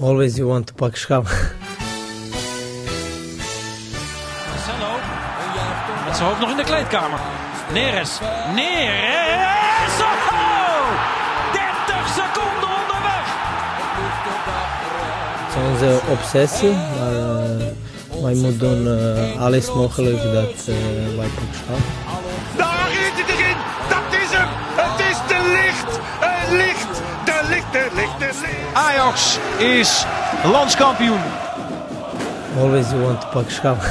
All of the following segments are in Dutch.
Always you want to pak schap. Marcelo, met zijn hoofd nog in de kleedkamer. Neres. Oh! 30 seconden onderweg. Het is onze obsessie, maar wij moeten doen alles mogelijk dat wij pak schap. Daar is het erin! Dat is hem! Het is de licht! Het licht! De licht! Ajax is landskampioen. Always you want to pak schap.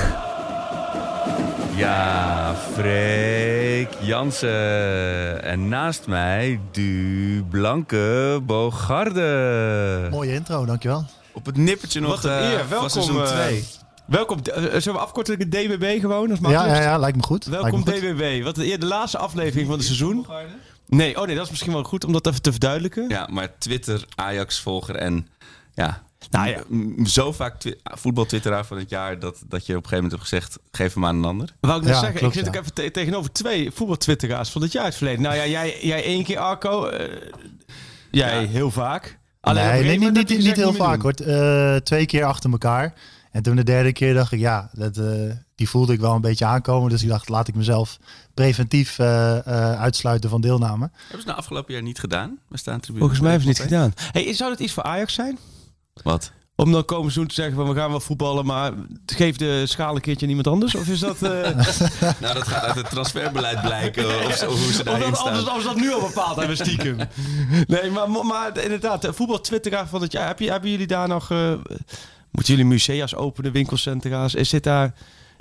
Ja, Freek Jansen. En naast mij Du Blanke Bogarde. Mooie intro, dankjewel. Op het nippertje nog Wat een eer. van seizoen 2. Welkom. Zullen we afkorten de DBB gewoon? Ja, lijkt me goed. Welkom DBB. Wat de laatste aflevering van het seizoen. Nee, dat is misschien wel goed om dat even te verduidelijken. Ja, maar Twitter, Ajax-volger en ja... Nou ja. Zo vaak voetbaltwitteraar van het jaar dat je op een gegeven moment hebt gezegd, geef hem aan een ander. Wou ik net zeggen, klopt, ik zit ook even tegenover 2 voetbaltwitteraars van het jaar het verleden. Nou ja, jij 1 keer Arco, jij heel vaak. Alleen niet heel vaak hoor. 2 keer achter elkaar. En toen de 3e keer dacht ik, die voelde ik wel een beetje aankomen. Dus ik dacht, laat ik mezelf preventief uitsluiten van deelname. Hebben ze nou afgelopen jaar niet gedaan? We staan tribune. Volgens mij hebben ze het niet gedaan. Hey, zou dat iets voor Ajax zijn? Wat? Om dan komend seizoen te zeggen van we gaan wel voetballen, maar geef de schaal een keertje aan iemand anders? Of is dat... Nou, dat gaat uit het transferbeleid blijken hoe ze daarin staan. Of ze dat nu al bepaald hebben stiekem. Nee, maar inderdaad, voetbaltwitteraar van het jaar. Hebben jullie daar nog... moeten jullie musea's openen, winkelcentra's? Is dit daar...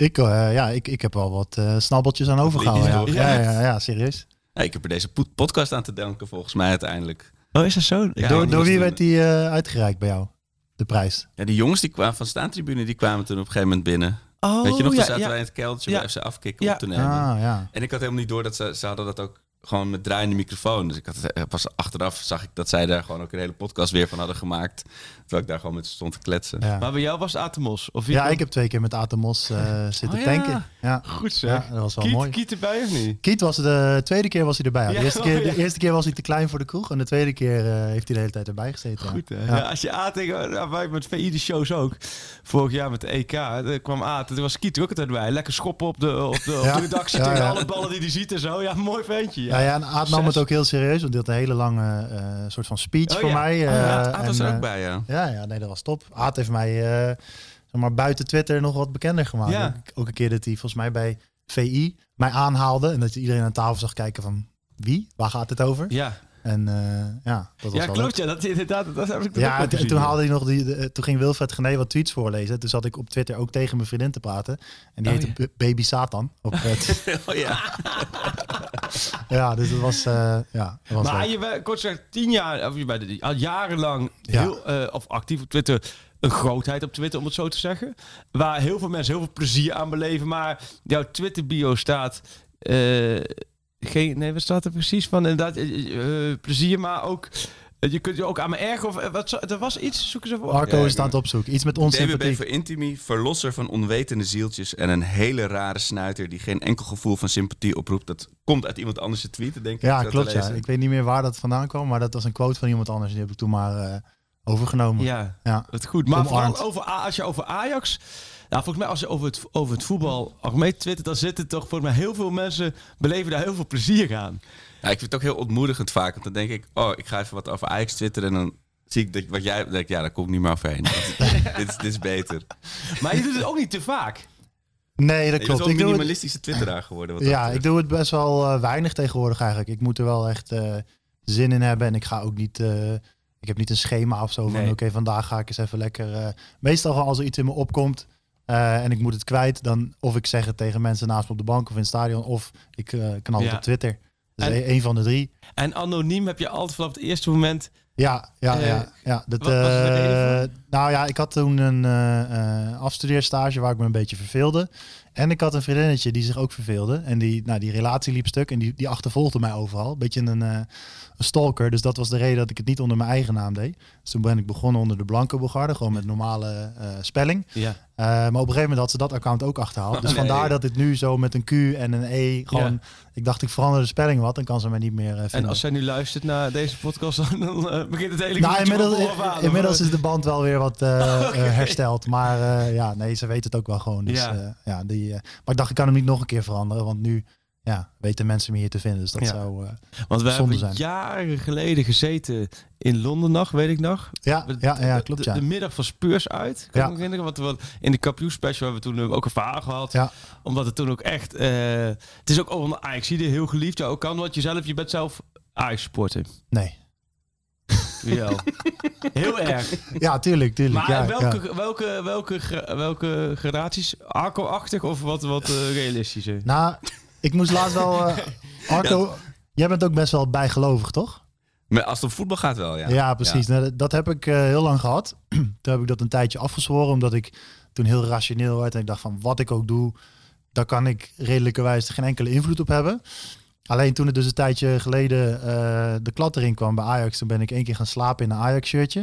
Ik heb wel wat snabbeltjes aan overgehouden. Ja, serieus. Ja, ik heb er deze podcast aan te danken volgens mij uiteindelijk. Oh, is dat zo? Ja, door wie werd die uitgereikt bij jou? De prijs? Ja, die jongens die kwamen van Staantribune, die kwamen toen op een gegeven moment binnen. Oh, weet je nog, toen zaten wij in het keldertje bij FC Afkikken op te nemen. Ja. En ik had helemaal niet door dat ze hadden dat ook gewoon met draaiende microfoon. Dus ik had pas achteraf zag ik dat zij daar gewoon ook een hele podcast weer van hadden gemaakt. Terwijl ik daar gewoon met ze stond te kletsen. Ja. Maar bij jou was het Atemos? Of ik heb 2 keer met Atemos zitten tanken. Ja. Goed zeg. Ja, dat was wel mooi. Kiet erbij of niet? Kiet was de 2e keer was hij erbij. Ja, De eerste keer was hij te klein voor de kroeg. En de 2e keer heeft hij de hele tijd erbij gezeten. Goed hè? Ja. Ja, als je A tegen... wij met VI de shows ook. Vorig jaar met de EK. Er kwam A. Toen was Kiet er ook altijd bij. Lekker schoppen op de redactie tegen alle ballen die hij ziet en zo. Ja, mooi ventje. Ja, en Aad nam het ook heel serieus. Want die had een hele lange soort van speech voor mij. Aad was er ook bij, ja. Ja, nee, dat was top. Aad heeft mij zeg maar buiten Twitter nog wat bekender gemaakt. Ja. Ook een keer dat hij volgens mij bij VI mij aanhaalde. En dat iedereen aan tafel zag kijken van wie? Waar gaat het over? Ja. En dat was wel klopt. leuk. Ja, dat inderdaad. Dat heb ik En toen haalde hij nog toen ging Wilfred Gené wat tweets voorlezen. Toen zat ik op Twitter ook tegen mijn vriendin te praten. En die heette Baby Satan. Op Oh ja. Ja, dus dat was maar leuk. je kort gezegd 10 jaar, of je bent al jarenlang heel of actief op Twitter, een grootheid op Twitter om het zo te zeggen, waar heel veel mensen heel veel plezier aan beleven, maar jouw Twitter bio staat wat staat er precies van? Inderdaad, plezier, maar ook je kunt je ook aan me ergeren of er was iets, zoeken ze voor. Marco is aan het opzoeken. Iets met ons DBB voor Intimi, verlosser van onwetende zieltjes en een hele rare snuiter die geen enkel gevoel van sympathie oproept. Dat komt uit iemand anders te tweeten, denk ik. Ja, klopt. Ja. Ik weet niet meer waar dat vandaan kwam, maar dat was een quote van iemand anders. Die heb ik toen maar overgenomen. Ja, ja. het goed. Maar omarmd. vooral als je over Ajax... Nou, volgens mij als je over het voetbal algemeen twittert, dan zitten toch volgens mij heel veel mensen beleven daar heel veel plezier aan. Ja, ik vind het ook heel ontmoedigend vaak. Want dan denk ik, ik ga even wat over Ajax twitteren en dan zie ik dat wat jij denkt, daar kom ik niet meer overheen. dit is beter. Maar je doet het ook niet te vaak. Nee, dat Je klopt. bent wel een minimalistische twitteraar geworden. Wat dat ik doe het best wel weinig tegenwoordig eigenlijk. Ik moet er wel echt zin in hebben en ik ga ook niet... ik heb niet een schema of zo van oké, vandaag ga ik eens even lekker... meestal als er iets in me opkomt en ik moet het kwijt, dan of ik zeg het tegen mensen naast me op de bank of in het stadion of ik knal het op Twitter. Dus één van de 3. En anoniem heb je altijd vanaf het eerste moment... Ja. Wat was de reden voor? Ik had toen een afstudeerstage waar ik me een beetje verveelde. En ik had een vriendinnetje die zich ook verveelde. En die relatie liep stuk en die achtervolgde mij overal. Beetje een stalker. Dus dat was de reden dat ik het niet onder mijn eigen naam deed. Dus toen ben ik begonnen onder de Blanke Bogarde. Gewoon met normale spelling. Ja. Maar op een gegeven moment had ze dat account ook achterhaald. Dus vandaar dat dit nu zo met een Q en een E gewoon... Ja. Ik dacht, ik verander de spelling wat. Dan kan ze mij niet meer vinden. En als zij nu luistert naar deze podcast, dan begint het hele... Inmiddels is de band wel weer wat hersteld. Maar nee, ze weten het ook wel gewoon. Dus, maar ik dacht, ik kan hem niet nog een keer veranderen. Want nu weten mensen me hier te vinden. Dus dat zou want we hebben zijn. Jaren geleden gezeten in Londen nog, weet ik nog. Ja, klopt. De middag van Spurs uit. Kan ik me herinneren, want in de Kampioen Special hebben we toen ook een verhaal gehad. Ja. Omdat het toen ook echt... het is ook onder Ajaxide heel geliefd. Ja, ook kan, want je bent zelf Ajax-supporter. Nee. Wel. Heel erg. Ja, tuurlijk. Maar welke gradaties? Arco-achtig of wat realistischer? Nou, ik moest laatst wel... Arco, jij bent ook best wel bijgelovig, toch? Maar als het om voetbal gaat wel, ja. Ja, precies. Ja. Nou, dat heb ik heel lang gehad. Toen heb ik dat een tijdje afgezworen, omdat ik toen heel rationeel werd. En ik dacht van, wat ik ook doe, daar kan ik redelijkerwijs geen enkele invloed op hebben. Alleen toen het dus een tijdje geleden de klad erin kwam bij Ajax, toen ben ik 1 keer gaan slapen in een Ajax-shirtje.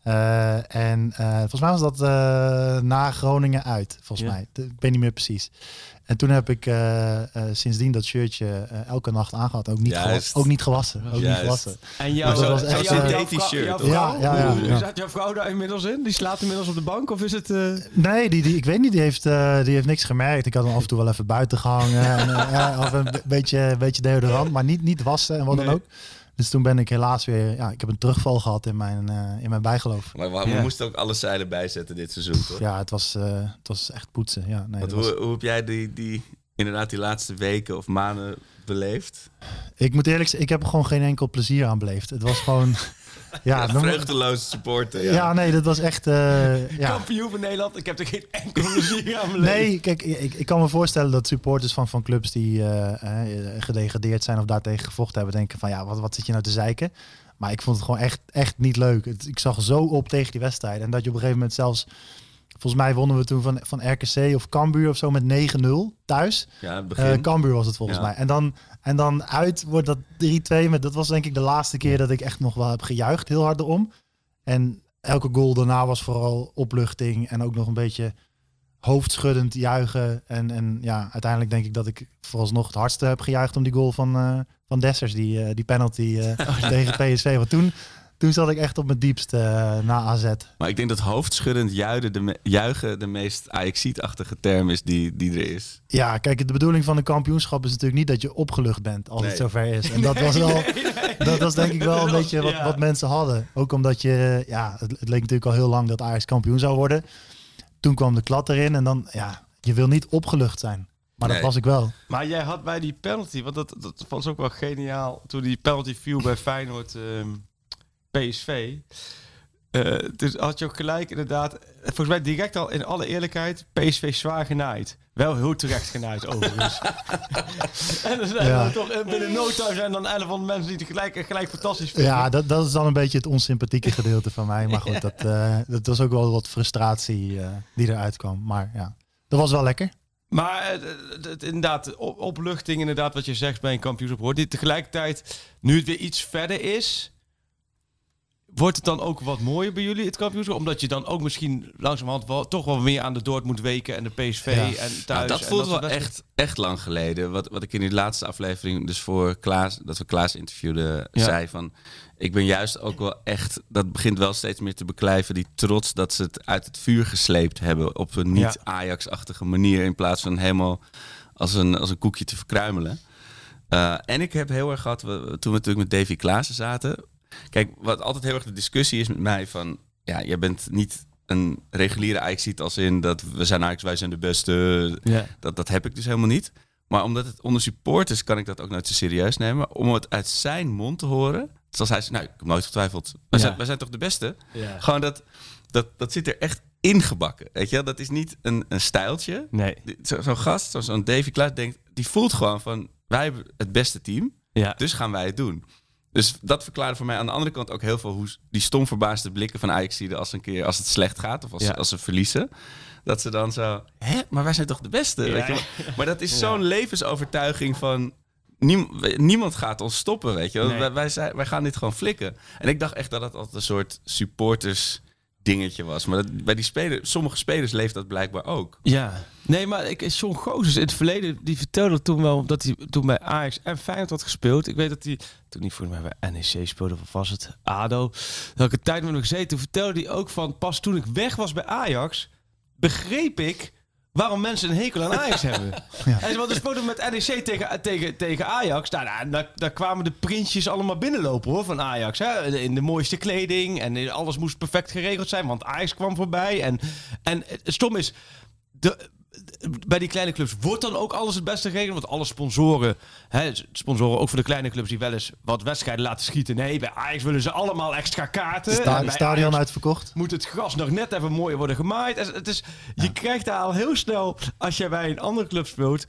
Volgens mij was dat na Groningen uit, volgens mij. Ik weet niet meer precies. En toen heb ik sindsdien dat shirtje elke nacht aangehad. Ook niet gewassen. En jouw shirt. Zat jouw vrouw daar inmiddels in? Die slaapt inmiddels op de bank? Of is het... Nee, ik weet niet. Die heeft niks gemerkt. Ik had hem af en toe wel even buiten gehangen. Of een beetje deodorant. Maar niet wassen en wat dan ook. Dus toen ben ik helaas weer... Ja, ik heb een terugval gehad in mijn bijgeloof. Maar we moesten ook alle zeilen bijzetten dit seizoen, toch? Ja, het was echt poetsen. Ja, nee, hoe heb jij die laatste weken of maanden beleefd? Ik moet eerlijk zeggen, ik heb er gewoon geen enkel plezier aan beleefd. Het was gewoon... vreugdeloze supporter. Ja, nee, dat was echt... Kampioen van Nederland, ik heb er geen enkel plezier aan beleefd. Nee, kijk, ik kan me voorstellen dat supporters van clubs die gedegradeerd zijn of daartegen gevochten hebben, denken van wat zit je nou te zeiken? Maar ik vond het gewoon echt niet leuk. Ik zag zo op tegen die wedstrijd. En dat je op een gegeven moment zelfs... Volgens mij wonnen we toen van RKC of Cambuur of zo met 9-0 thuis. Ja, het begin. Cambuur was het volgens mij. En dan uit wordt dat 3-2. Dat was denk ik de laatste keer dat ik echt nog wel heb gejuicht. Heel hard erom. En elke goal daarna was vooral opluchting. En ook nog een beetje hoofdschuddend juichen. En uiteindelijk denk ik dat ik vooralsnog het hardste heb gejuicht om die goal van Dessers. Die penalty tegen PSV. Want toen zat ik echt op mijn diepst na AZ. Maar ik denk dat hoofdschuddend juichen de meest Ajaxiet-achtige term is die er is. Ja, kijk, de bedoeling van een kampioenschap is natuurlijk niet dat je opgelucht bent als het zover is. En dat was wel, dat was denk ik wel een beetje wat mensen hadden. Ook omdat het leek natuurlijk al heel lang dat Ajax kampioen zou worden. Toen kwam de klad erin en dan, je wil niet opgelucht zijn. Maar dat was ik wel. Maar jij had bij die penalty, want dat was ook wel geniaal, toen die penalty viel bij Feyenoord... PSV. Dus had je ook gelijk inderdaad. Volgens mij direct al in alle eerlijkheid PSV zwaar genaaid. Wel heel terecht genaaid overigens. En dan zijn toch binnen no time zijn dan 1100 mensen die het gelijk fantastisch vinden. Ja, dat is dan een beetje het onsympathieke gedeelte van mij. Maar goed, dat was ook wel wat frustratie die eruit kwam. Maar ja, dat was wel lekker. Maar inderdaad, opluchting inderdaad wat je zegt bij een kampioenschap hoort. Die tegelijkertijd, nu het weer iets verder is... Wordt het dan ook wat mooier bij jullie, het kampioenschap? Omdat je dan ook misschien langzamerhand toch wel meer aan de Dordt moet weken en de PSV en thuis. Nou, dat voelt wel echt lang geleden. Wat ik in die laatste aflevering, dus voor Klaas, dat we Klaas interviewden, zei van... Ik ben juist ook wel echt... Dat begint wel steeds meer te beklijven, die trots dat ze het uit het vuur gesleept hebben. Op een niet-Ajax-achtige manier, in plaats van helemaal als een koekje te verkruimelen. En ik heb heel erg gehad, toen we natuurlijk met Davy Klaassen zaten... Kijk, wat altijd heel erg de discussie is met mij van... Ja, jij bent niet een reguliere Ajaxiet als in dat we zijn Ajax, wij zijn de beste. Ja. Dat heb ik dus helemaal niet. Maar omdat het onder supporters kan ik dat ook nooit zo serieus nemen. Om het uit zijn mond te horen. Zoals hij zei, ik heb nooit getwijfeld. Wij zijn toch de beste? Ja. Gewoon dat zit er echt ingebakken. Weet je, dat is niet een stijltje. Nee. Zo'n gast, zo'n Davy Klaas denkt, die voelt gewoon van... Wij hebben het beste team, dus gaan wij het doen. Dus dat verklaarde voor mij aan de andere kant ook heel veel... hoe die stom verbaasde blikken van Ajaxiden als het slecht gaat... of als ze verliezen. Dat ze dan zo... Maar wij zijn toch de beste? Ja. Weet je? Maar dat is zo'n levensovertuiging van... Niemand gaat ons stoppen, weet je. Nee. Wij gaan dit gewoon flikken. En ik dacht echt dat het altijd een soort supporters... dingetje was. Maar bij die sommige spelers leeft dat blijkbaar ook. Ja, Nee, maar John Gozes in het verleden, die vertelde toen wel dat hij toen bij Ajax en Feyenoord had gespeeld. Ik weet dat hij toen niet volgens mij bij NEC speelde, of was het ADO. Dat ik een tijd met hem gezeten. Toen vertelde hij ook van, pas toen ik weg was bij Ajax, begreep ik waarom mensen een hekel aan Ajax hebben. Ja. Hij zei, want we speelden met NEC tegen Ajax. Daar kwamen de prinsjes allemaal binnenlopen hoor, van Ajax. Hè? In de mooiste kleding en alles moest perfect geregeld zijn, want Ajax kwam voorbij. En stom is, bij die kleine clubs wordt dan ook alles het beste geregeld. Want alle sponsoren ook voor de kleine clubs die wel eens wat wedstrijden laten schieten. Nee, bij Ajax willen ze allemaal extra kaarten. Stadion Ajax uitverkocht. Moet het gras nog net even mooier worden gemaaid. Je krijgt daar al heel snel, als jij bij een andere club speelt,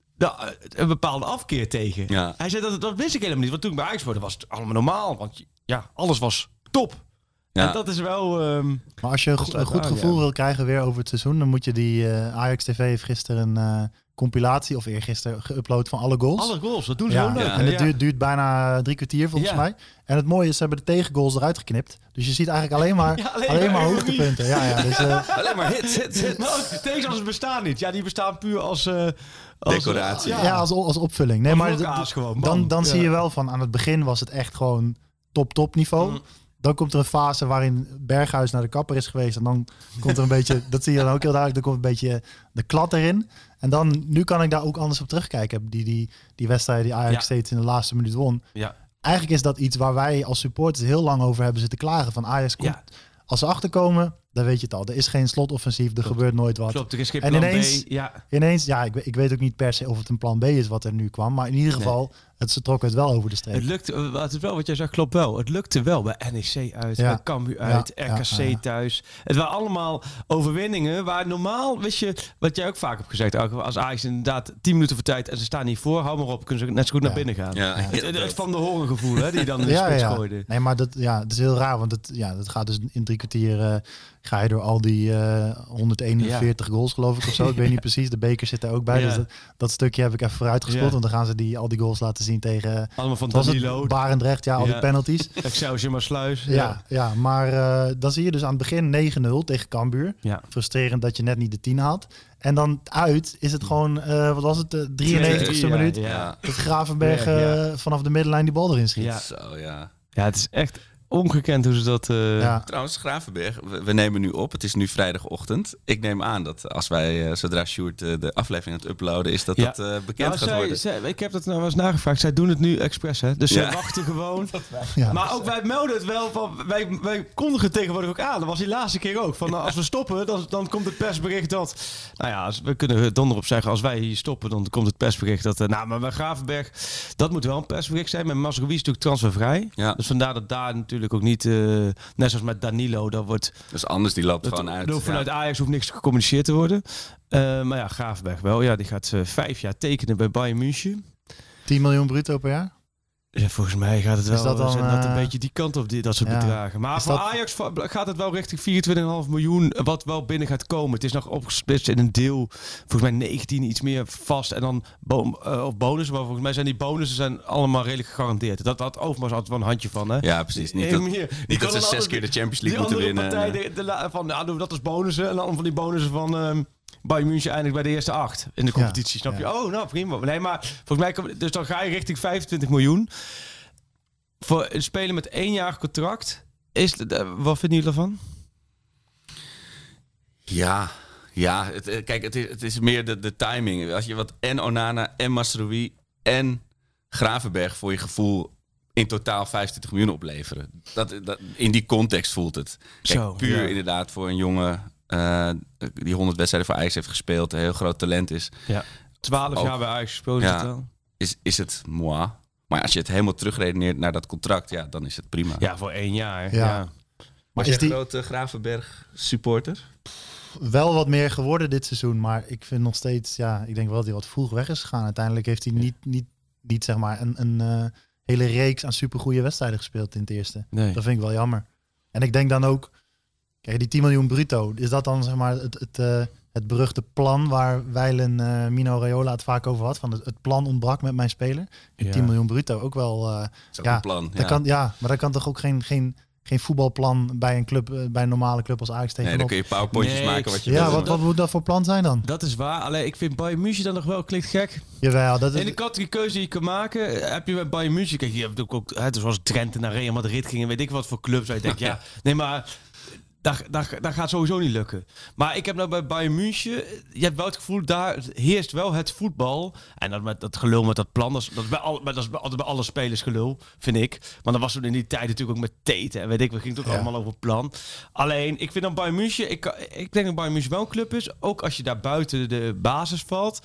een bepaalde afkeer tegen. Ja. Hij zei dat wist ik helemaal niet. Want toen ik bij Ajax speelde was het allemaal normaal. Want alles was top. Ja. En dat is wel... maar als je een goed gevoel wil krijgen weer over het seizoen, dan moet je die Ajax TV heeft gisteren een compilatie, of eergisteren geüpload van alle goals. Alle goals, dat doen ze heel leuk. Ja. En het duurt bijna 3 kwartier volgens mij. En het mooie is, ze hebben de tegengoals eruit geknipt. Dus je ziet eigenlijk alleen maar hoogtepunten. Dus, alleen maar hits. Maar tegenstanders bestaan niet. Ja, die bestaan puur als decoratie. Als opvulling. Nee, maar dan zie je wel van, aan het begin was het echt gewoon top niveau. Dan komt er een fase waarin Berghuis naar de kapper is geweest. En dan komt er een beetje, dat zie je dan ook heel duidelijk, dan komt een beetje de klad erin. En dan, nu kan ik daar ook anders op terugkijken. Die wedstrijd die Ajax steeds in de laatste minuut won. Ja. Eigenlijk is dat iets waar wij als supporters heel lang over hebben zitten klagen. Van Ajax komt, als ze achterkomen, dan weet je het al. Er is geen slotoffensief, er gebeurt nooit wat. Klopt, er is geen plan B. Ineens, ik weet ook niet per se of het een plan B is wat er nu kwam. Maar in ieder geval, ze trokken het wel over de streep. Het lukte, wat jij zegt, klopt wel. Het lukte wel bij NEC uit, bij Cambuur uit, RKC thuis. Het waren allemaal overwinningen waar normaal, wist je, wat jij ook vaak hebt gezegd, als Ajax inderdaad 10 minuten voor tijd en ze staan niet voor, hou maar op, kunnen ze net zo goed naar binnen gaan. Ja. Het Van de Horen gevoel, hè, die dan in de spits gooide. Nee, maar dat is heel raar, want dat gaat dus in 3 kwartier... ga je door al die 141 goals geloof ik of zo. Ik weet niet precies. De beker zit er ook bij. Dus dat stukje heb ik even vooruitgespeeld. Want dan gaan ze al die goals laten zien tegen... Allemaal van Danilo. Barendrecht, al die penalties. Excelsior maar Sluis. Ja, maar dan zie je dus aan het begin 9-0 tegen Cambuur. Ja. Frustrerend dat je net niet de 10 had. En dan uit is het gewoon, wat was het, 93ste minuut. Ja. Dat Gravenberg vanaf de middenlijn die bal erin schiet. Ja, ja, het is echt... ongekend hoe ze dat... Trouwens, Gravenberg, we nemen nu op. Het is nu vrijdagochtend. Ik neem aan dat als wij, zodra Sjoerd de aflevering aan het uploaden is, dat bekend gaat worden. Ik heb dat nou eens nagevraagd. Zij doen het nu expres, hè? Dus zij wachten gewoon. Maar ook wij melden het wel van... Wij kondigen tegenwoordig ook aan. Dat was die laatste keer ook. Van als we stoppen, dan komt het persbericht dat... Nou ja, we kunnen donderop zeggen, als wij hier stoppen, dan komt het persbericht dat... maar bij Gravenberg, dat moet wel een persbericht zijn. Met Mazraoui is natuurlijk transfervrij. Ja. Dus vandaar dat daar natuurlijk ook niet, net zoals met Danilo, dat wordt... Dus anders, die loopt gewoon uit. Vanuit Ajax hoeft niks gecommuniceerd te worden. Maar ja, Gravenberg wel. Ja, die gaat 5 jaar tekenen bij Bayern München. 10 miljoen bruto per jaar? Ja, volgens mij gaat het wel dat een beetje die kant op, dat soort bedragen. Maar voor Ajax gaat het wel richting 24,5 miljoen, wat wel binnen gaat komen. Het is nog opgesplitst in een deel, volgens mij 19, iets meer vast. En dan of bonussen, maar volgens mij zijn die bonussen allemaal redelijk gegarandeerd. Dat Overmars altijd wel een handje van, hè? Ja, precies. Niet dat ze 6 keer de Champions League moeten winnen. Partij, dat is bonussen. En dan van die bonussen van... Bayern München eindigt bij de eerste 8 in de competitie, snap je? Ja. Oh, nou prima. Nee, maar volgens mij dus dan ga je richting 25 miljoen. Voor een speler met 1 jaar contract. Wat vinden jullie ervan? Ja. Kijk, het is meer de timing. Als je en Onana en Mazraoui en Gravenberg voor je gevoel in totaal 25 miljoen opleveren. Dat, in die context voelt het. Kijk, puur inderdaad voor een jongen... die 100 wedstrijden voor Ajax heeft gespeeld, een heel groot talent is. Ja. 12 jaar bij Ajax gespeeld. Is het moi. Maar als je het helemaal terugredeneert naar dat contract, dan is het prima. Ja, voor 1 jaar. Ja. Maar is je een grote Gravenberg supporter? Wel wat meer geworden dit seizoen, maar ik vind nog steeds, ik denk wel dat hij wat vroeg weg is gegaan. Uiteindelijk heeft hij niet zeg maar een hele reeks aan supergoeie wedstrijden gespeeld in het eerste. Nee. Dat vind ik wel jammer. En ik denk dan ook, kijk, die 10 miljoen bruto, is dat dan zeg maar het beruchte plan waar Wijlen Mino Raiola het vaak over had? Van het plan ontbrak met mijn speler. 10 miljoen bruto ook wel. is ook een plan. Maar dat kan toch ook geen geen voetbalplan bij een club, bij een normale club als Ajax tegenop. Nee, dan kun je powerpointjes maken wat je wil. wil. Wat moet dat voor plan zijn dan? Dat is waar. Alleen ik vind Bayern München dan nog wel klinkt gek. Jawel, dat is... In de categorie keuze die je kan maken, heb je bij Bayern München... Kijk, je hebt ook zoals Drenthe naar Real Madrid gingen, weet ik wat voor clubs. Waar je denkt, ja, nee, maar... Dat gaat sowieso niet lukken. Maar ik heb nou bij Bayern München... Je hebt wel het gevoel, daar heerst wel het voetbal. En dat met dat gelul met dat plan... Dat is altijd bij alle spelers gelul, vind ik. Maar dat was toen in die tijd natuurlijk ook met Tete. En weet ik, we gingen het ook allemaal over plan. Alleen, ik vind dan Bayern München... Ik denk dat Bayern München wel een club is. Ook als je daar buiten de basis valt.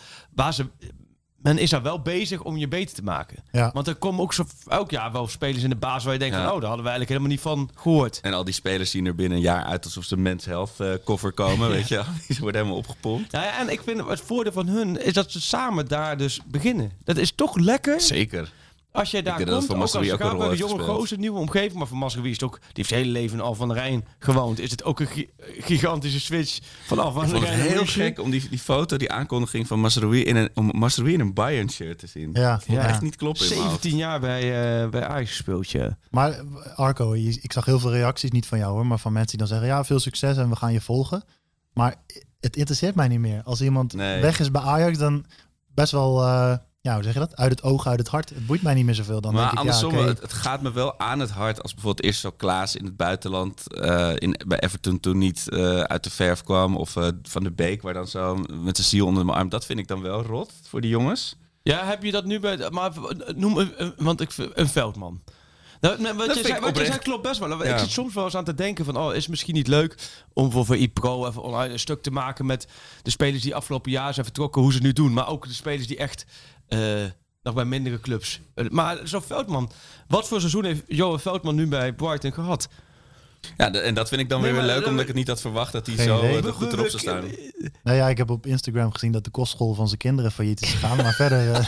Men is daar wel bezig om je beter te maken. Ja. Want er komen ook elk jaar wel spelers in de basis waar je denkt van, daar hadden we eigenlijk helemaal niet van gehoord. En al die spelers zien er binnen een jaar uit alsof ze Men's Health cover komen, weet je. Die worden helemaal opgepompt. Nou ja, en ik vind het voordeel van hun is dat ze samen daar dus beginnen. Dat is toch lekker. Zeker. Als jij daar komt, ook als je gaat bij een jonge gozer, nieuwe omgeving. Maar voor Mazraoui is het ook, die heeft zijn hele leven al van de Rijn gewoond. Is het ook een gigantische switch vanaf van de Rijn. Het heel gek om die foto, die aankondiging van Mazraoui in een Bayern shirt te zien. Ja, echt niet kloppen. 17 jaar bij Ajax gespeeld, ja. Maar Arco, ik zag heel veel reacties, niet van jou hoor, maar van mensen die dan zeggen, ja, veel succes en we gaan je volgen. Maar het interesseert mij niet meer. Als iemand weg is bij Ajax, dan best wel... hoe zeg je dat? Uit het oog, uit het hart. Het boeit mij niet meer zoveel. Dan maar denk ik, andersom, het gaat me wel aan het hart als bijvoorbeeld eerst zo Klaas in het buitenland bij Everton toen niet uit de verf kwam. Of Van de Beek, waar dan zo met zijn ziel onder mijn arm. Dat vind ik dan wel rot voor die jongens. Ja, heb je dat nu bij... Maar noem want ik vind een Veldman. Wat je zei klopt best wel. Ik zit soms wel eens aan te denken van... is het misschien niet leuk om voor iPro even online een stuk te maken met de spelers die afgelopen jaar zijn vertrokken, hoe ze het nu doen. Maar ook de spelers die echt nog bij mindere clubs. Maar zo'n Veldman, wat voor seizoen heeft Johan Veldman nu bij Brighton gehad? Ja, en dat vind ik dan weer leuk, omdat ik het niet had verwacht dat hij zo goed erop zou staan. Nou ja, ik heb op Instagram gezien dat de kostschool van zijn kinderen failliet is gegaan. Maar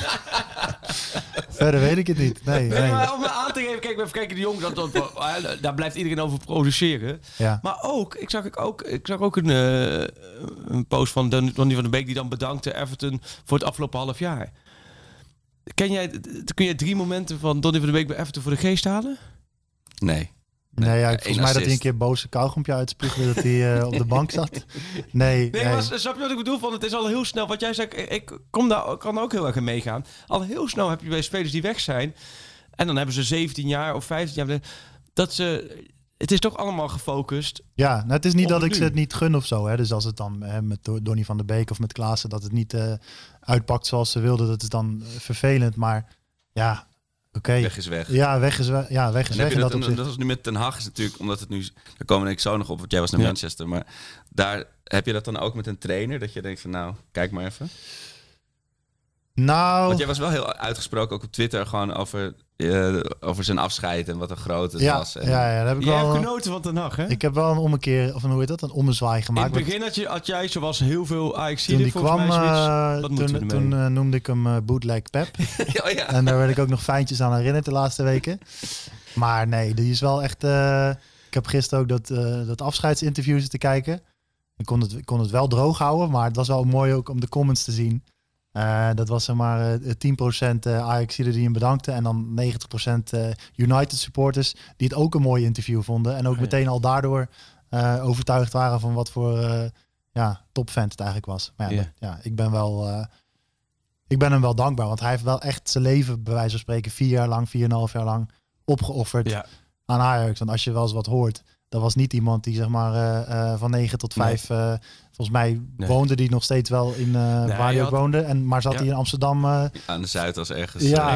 verder weet ik het niet. Nee. Maar om me aan te geven, kijk, even kijken, de jongens, daar blijft iedereen over produceren. Ja. Maar ook, ik zag ook een post van Donny van der Beek die dan bedankte Everton voor het afgelopen half jaar. Kun jij 3 momenten van Donny van der Beek bij Everton voor de geest halen? Nee. Nee, volgens mij dat hij een keer boos een kauwgompje uitspuugde dat hij op de bank zat. Nee. Maar snap je wat ik bedoel? Van, het is al heel snel, wat jij zegt, ik kan ook heel erg in meegaan. Al heel snel heb je bij spelers die weg zijn. En dan hebben ze 17 jaar of 15 jaar. Het is toch allemaal gefocust. Ja, nou, het is niet dat ik ze het niet gun of zo. Hè. Dus als het dan met Donny van der Beek of met Klaassen, dat het niet uitpakt zoals ze wilden, dat is dan vervelend. Maar ja... Okay. Weg is weg. Ja, weg is weg. Ja, weg is weg. Dat is nu met Ten Hag is natuurlijk, omdat het nu... Daar komen we zo nog op, want jij was naar Manchester. Maar daar heb je dat dan ook met een trainer? Dat je denkt van, nou, kijk maar even. Nou... Want jij was wel heel uitgesproken, ook op Twitter, gewoon over zijn afscheid en wat een groot het was. En... Ja, daar heb ik hebt genoten van Ten Hag, hè? Ik heb wel een ommekeer, of hoe heet dat, een ommezwaai gemaakt. In het begin had jij, zoals heel veel Ajax-iden, toen die kwam, toen noemde ik hem Bootleg Pep. Ja. En daar werd ik ook nog fijntjes aan herinnerd de laatste weken. Maar nee, die is wel echt... ik heb gisteren ook dat afscheidsinterview zitten kijken. Ik kon het wel droog houden, maar het was wel mooi ook om de comments te zien. Dat was zeg maar 10% Ajaxiden die hem bedankten. En dan 90% United supporters die het ook een mooi interview vonden. En ook meteen al daardoor overtuigd waren van wat voor topvent het eigenlijk was. Maar ik ben hem wel dankbaar. Want hij heeft wel echt zijn leven, bij wijze van spreken, 4,5 jaar lang opgeofferd aan Ajax. Want als je wel eens wat hoort, dat was niet iemand die zeg maar van 9 tot 5... volgens mij woonde die nog steeds wel in waar hij ook woonde. Maar zat hij in Amsterdam... aan de Zuidas ergens. Ja,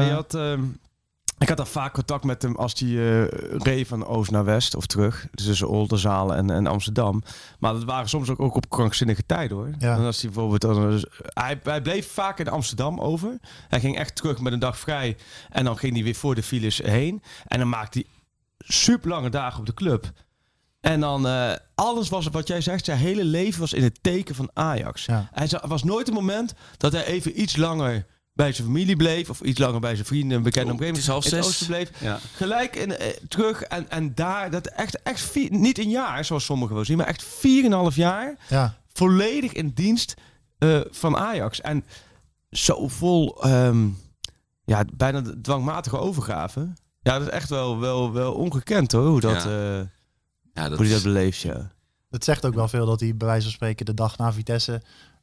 ik had al vaak contact met hem als hij reed van oost naar west of terug. Dus tussen Oldenzaal en Amsterdam. Maar dat waren soms ook op krankzinnige tijden, hoor. Ja. En als hij bijvoorbeeld... Hij bleef vaak in Amsterdam over. Hij ging echt terug met een dag vrij. En dan ging hij weer voor de files heen. En dan maakte hij super lange dagen op de club. En dan alles was, wat jij zegt, zijn hele leven was in het teken van Ajax. Ja. Er was nooit een moment dat hij even iets langer bij zijn familie bleef. Of iets langer bij zijn vrienden en bekende omgeving. Het is 5:30 bleef. Ja. Gelijk terug. En daar, dat echt niet een jaar, zoals sommigen wel zien, maar echt 4,5 jaar. Ja. Volledig in dienst van Ajax. En zo vol bijna dwangmatige overgave. Ja, dat is echt wel ongekend hoor, hoe dat, hoe hij dat beleeft. Ja. Het zegt ook wel veel dat hij bij wijze van spreken de dag na Vitesse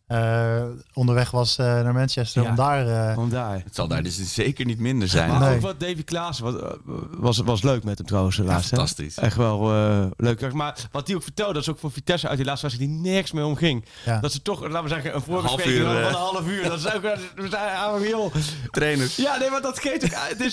onderweg was naar Manchester om daar. Het zal daar dus zeker niet minder zijn. Maar ook wat Davy Klaassen was leuk met hem trouwens. Fantastisch. Echt wel leuk. Maar wat hij ook vertelde, dat is ook voor Vitesse uit die laatste wedstrijd die nergens meer omging. Ja. Dat ze toch, laten we zeggen, een voorbespreking van een half uur. Dat is ook we zijn joh. Trainers. Ja, nee, maar dat geeft ook.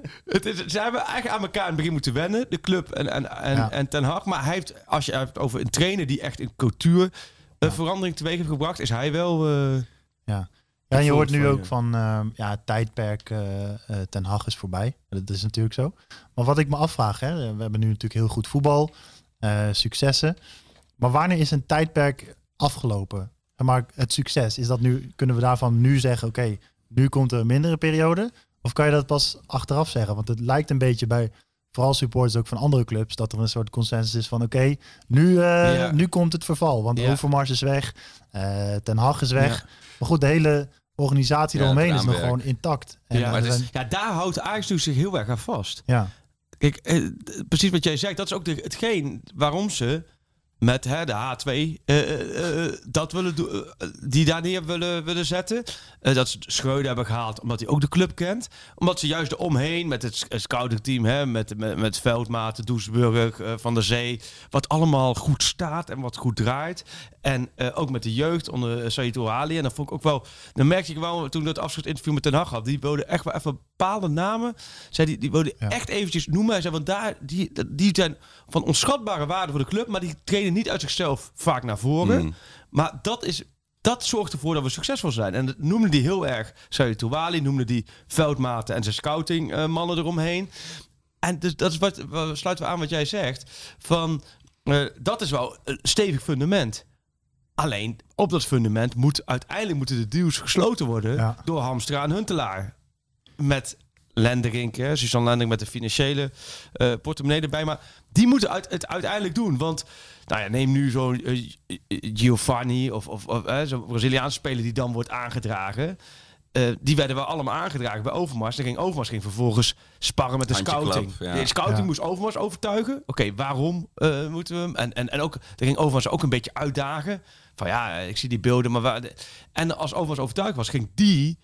Ze hebben eigenlijk aan elkaar in het begin moeten wennen, de club en Ten Hag. Maar hij heeft, als je het over een trainer die echt een cultuur verandering teweeg heeft gebracht, is hij wel... Ja, en je hoort nu ook van het tijdperk Ten Hag is voorbij. Dat is natuurlijk zo. Maar wat ik me afvraag, we hebben nu natuurlijk heel goed voetbal, successen. Maar wanneer is een tijdperk afgelopen? Maar het succes, is dat nu, kunnen we daarvan nu zeggen, oké, nu komt er een mindere periode? Of kan je dat pas achteraf zeggen? Want het lijkt een beetje bij vooral supporters ook van andere clubs, dat er een soort consensus is van oké, nu komt het verval. Want Overmars is weg, Ten Hag is weg. Ja. Maar goed, de hele organisatie eromheen is nog gewoon intact. En daar houdt Ajax dus zich heel erg aan vast. Ja. Kijk, precies wat jij zegt, dat is ook hetgeen waarom ze met de H2 dat willen doen, die daar neer willen zetten. Dat ze Schreuder hebben gehaald omdat hij ook de club kent. Omdat ze juist eromheen met het scoutingteam, met Veldmaten, Doesburg, Van der Zee, wat allemaal goed staat en wat goed draait. En ook met de jeugd onder Saïd Ouali. En dat vond ik ook wel, dan merkte ik wel toen dat afscheidsinterview met Ten Hag had, die wilde echt wel even bepaalde namen. Die wilde echt eventjes noemen. Hij zei, want die zijn van onschatbare waarde voor de club, maar die treden niet uit zichzelf vaak naar voren. Maar dat zorgt ervoor dat we succesvol zijn. En dat noemde die heel erg Saïd Ouali, noemde die Veldmaten en zijn scoutingmannen eromheen. En dus dat is sluiten we aan wat jij zegt. Dat is wel een stevig fundament. Alleen op dat fundament uiteindelijk moeten de deals gesloten worden door Hamstra en Huntelaar. Met Lenderink, Suzanne Lenderink met de financiële portemonnee erbij. Maar die moeten het uiteindelijk doen. Want neem nu zo'n Giovanni of zo'n Braziliaanse speler die dan wordt aangedragen. Die werden wel allemaal aangedragen bij Overmars. Overmars ging vervolgens sparren met de scouting. De scouting moest Overmars overtuigen. Oké, waarom moeten we hem? En ook, daar ging Overmars ook een beetje uitdagen. Van ik zie die beelden. Maar en als Overmars overtuigd was, ging die,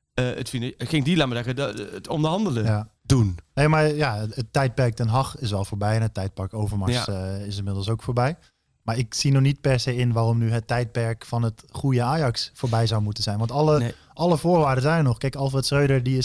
laat maar zeggen, het onderhandelen doen. Nee, maar het tijdperk Den Haag is wel voorbij. En het tijdperk Overmars is inmiddels ook voorbij. Maar ik zie nog niet per se in waarom nu het tijdperk van het goede Ajax voorbij zou moeten zijn. Want alle voorwaarden zijn er nog. Kijk, Alfred Schreuder, die is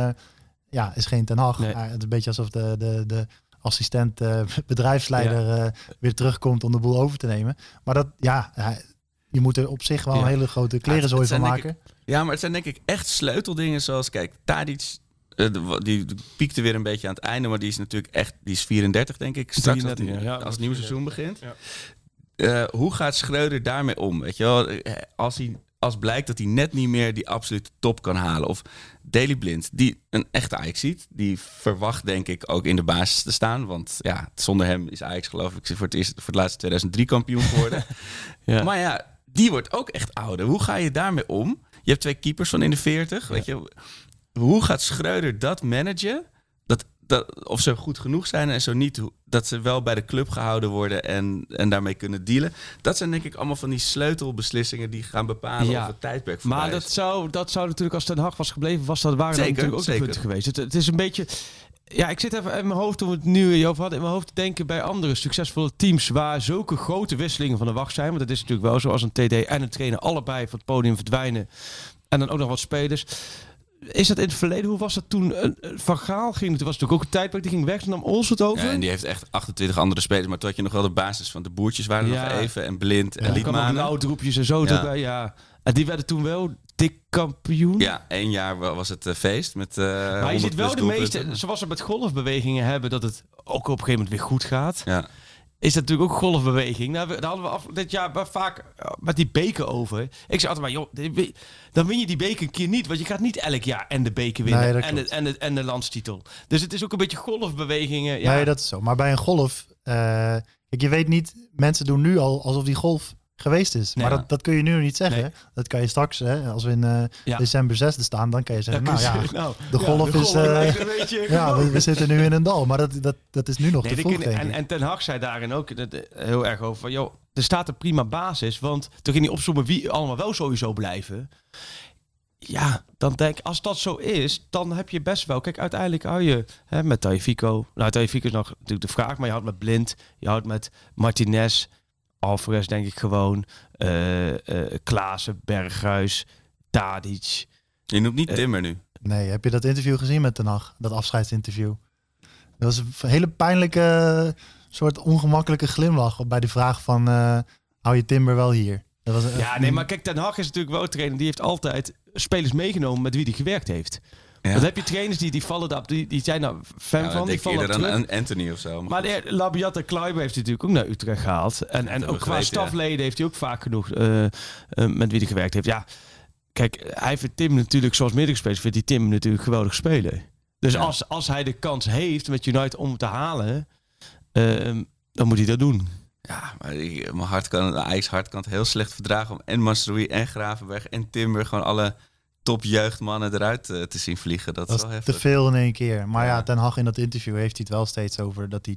geen Ten Hag. Nee. Het is een beetje alsof de assistent bedrijfsleider weer terugkomt om de boel over te nemen. Maar je moet er op zich wel een hele grote klerenzooi van maken. Maar het zijn denk ik echt sleuteldingen zoals, kijk, Tadic, die piekte weer een beetje aan het einde, maar die is natuurlijk echt, die is 34 denk ik, straks als het nieuwe seizoen begint. Ja. Hoe gaat Schreuder daarmee om? Weet je wel, als blijkt dat hij net niet meer die absolute top kan halen. Of Daley Blind, die een echte Ajax ziet, die verwacht denk ik ook in de basis te staan. Want zonder hem is Ajax geloof ik voor het laatste 2003 kampioen geworden. Maar die wordt ook echt ouder. Hoe ga je daarmee om? Je hebt 2 keepers van in de 40, weet je. Hoe gaat Schreuder dat managen? Of ze goed genoeg zijn en zo niet, dat ze wel bij de club gehouden worden en daarmee kunnen dealen. Dat zijn denk ik allemaal van die sleutelbeslissingen die gaan bepalen of het tijdperk voorbij maar is. Dat zou natuurlijk, als Ten Hag was gebleven, waren natuurlijk ook de punten geweest. Het is een beetje... Ja, ik zit even in mijn hoofd, toen we het nu over hadden, in mijn hoofd te denken bij andere succesvolle teams waar zulke grote wisselingen van de wacht zijn. Want dat is natuurlijk wel zo, als een TD en een trainer allebei van het podium verdwijnen en dan ook nog wat spelers. Is dat in het verleden? Hoe was dat toen? Van Gaal ging, het was natuurlijk ook een tijdperk, die ging weg, toen nam Ols het over. Ja, en die heeft echt 28 andere spelers, maar toen had je nog wel de basis van de boertjes waren nog even en Blind en Liedmanen. En blauwdroepjes en zo erbij, En die werden toen wel dik kampioen. Ja, 1 jaar was het feest met maar je ziet wel de meeste, zoals we met golfbewegingen hebben, dat het ook op een gegeven moment weer goed gaat. Ja. Is dat natuurlijk ook golfbeweging. Daar hadden we dit jaar vaak met die beker over. Ik zeg altijd maar, joh, dan win je die beker een keer niet. Want je gaat niet elk jaar en de beker winnen en de landstitel. Dus het is ook een beetje golfbewegingen. Ja. Nee, dat is zo. Maar bij een golf, kijk, je weet niet, mensen doen nu al alsof die golf geweest is. Nee, maar dat kun je nu nog niet zeggen. Nee. Dat kan je straks, als we in december 6e staan, dan kan je zeggen, de golf is... we zitten nu in een dal. Maar dat is nu nog te vroeg, denk ik. En Ten Hag zei daarin ook heel erg over van, joh, er staat een prima basis. Want toen ging hij opzommen wie allemaal wel sowieso blijven. Ja, dan denk ik, als dat zo is, dan heb je best wel... Kijk, uiteindelijk hou je met Tagliafico... Nou, Tagliafico is nog natuurlijk de vraag, maar je houdt met Blind, je houdt met Martinez, Alvarez denk ik gewoon, Klaassen, Berghuis, Tadic. Je noemt niet Timber nu. Nee, heb je dat interview gezien met Ten Hag? Dat afscheidsinterview? Dat was een hele pijnlijke, soort ongemakkelijke glimlach bij de vraag van... hou je Timber wel hier? Maar kijk, Ten Hag is natuurlijk wel een trainer. Die heeft altijd spelers meegenomen met wie hij gewerkt heeft. Ja. Dan heb je trainers die vallen daarop, die zijn daar fan van. Die vallen dan aan Anthony of zo. Maar de Labiat en Kluivert heeft hij natuurlijk ook naar Utrecht gehaald. En ook qua stafleden heeft hij ook vaak genoeg met wie hij gewerkt heeft. Ja, kijk, hij vindt Tim natuurlijk, zoals meerdere spelers, vindt hij Tim natuurlijk geweldig spelen. Dus als hij de kans heeft met United om te halen, dan moet hij dat doen. Ja, maar mijn Ajax hart kan het heel slecht verdragen om en Mazraoui en Gravenberg en Timber gewoon alle topjeugdmannen eruit te zien vliegen. Dat is wel heftig. Te veel in één keer. Maar Ten Hag in dat interview heeft hij het wel steeds over dat hij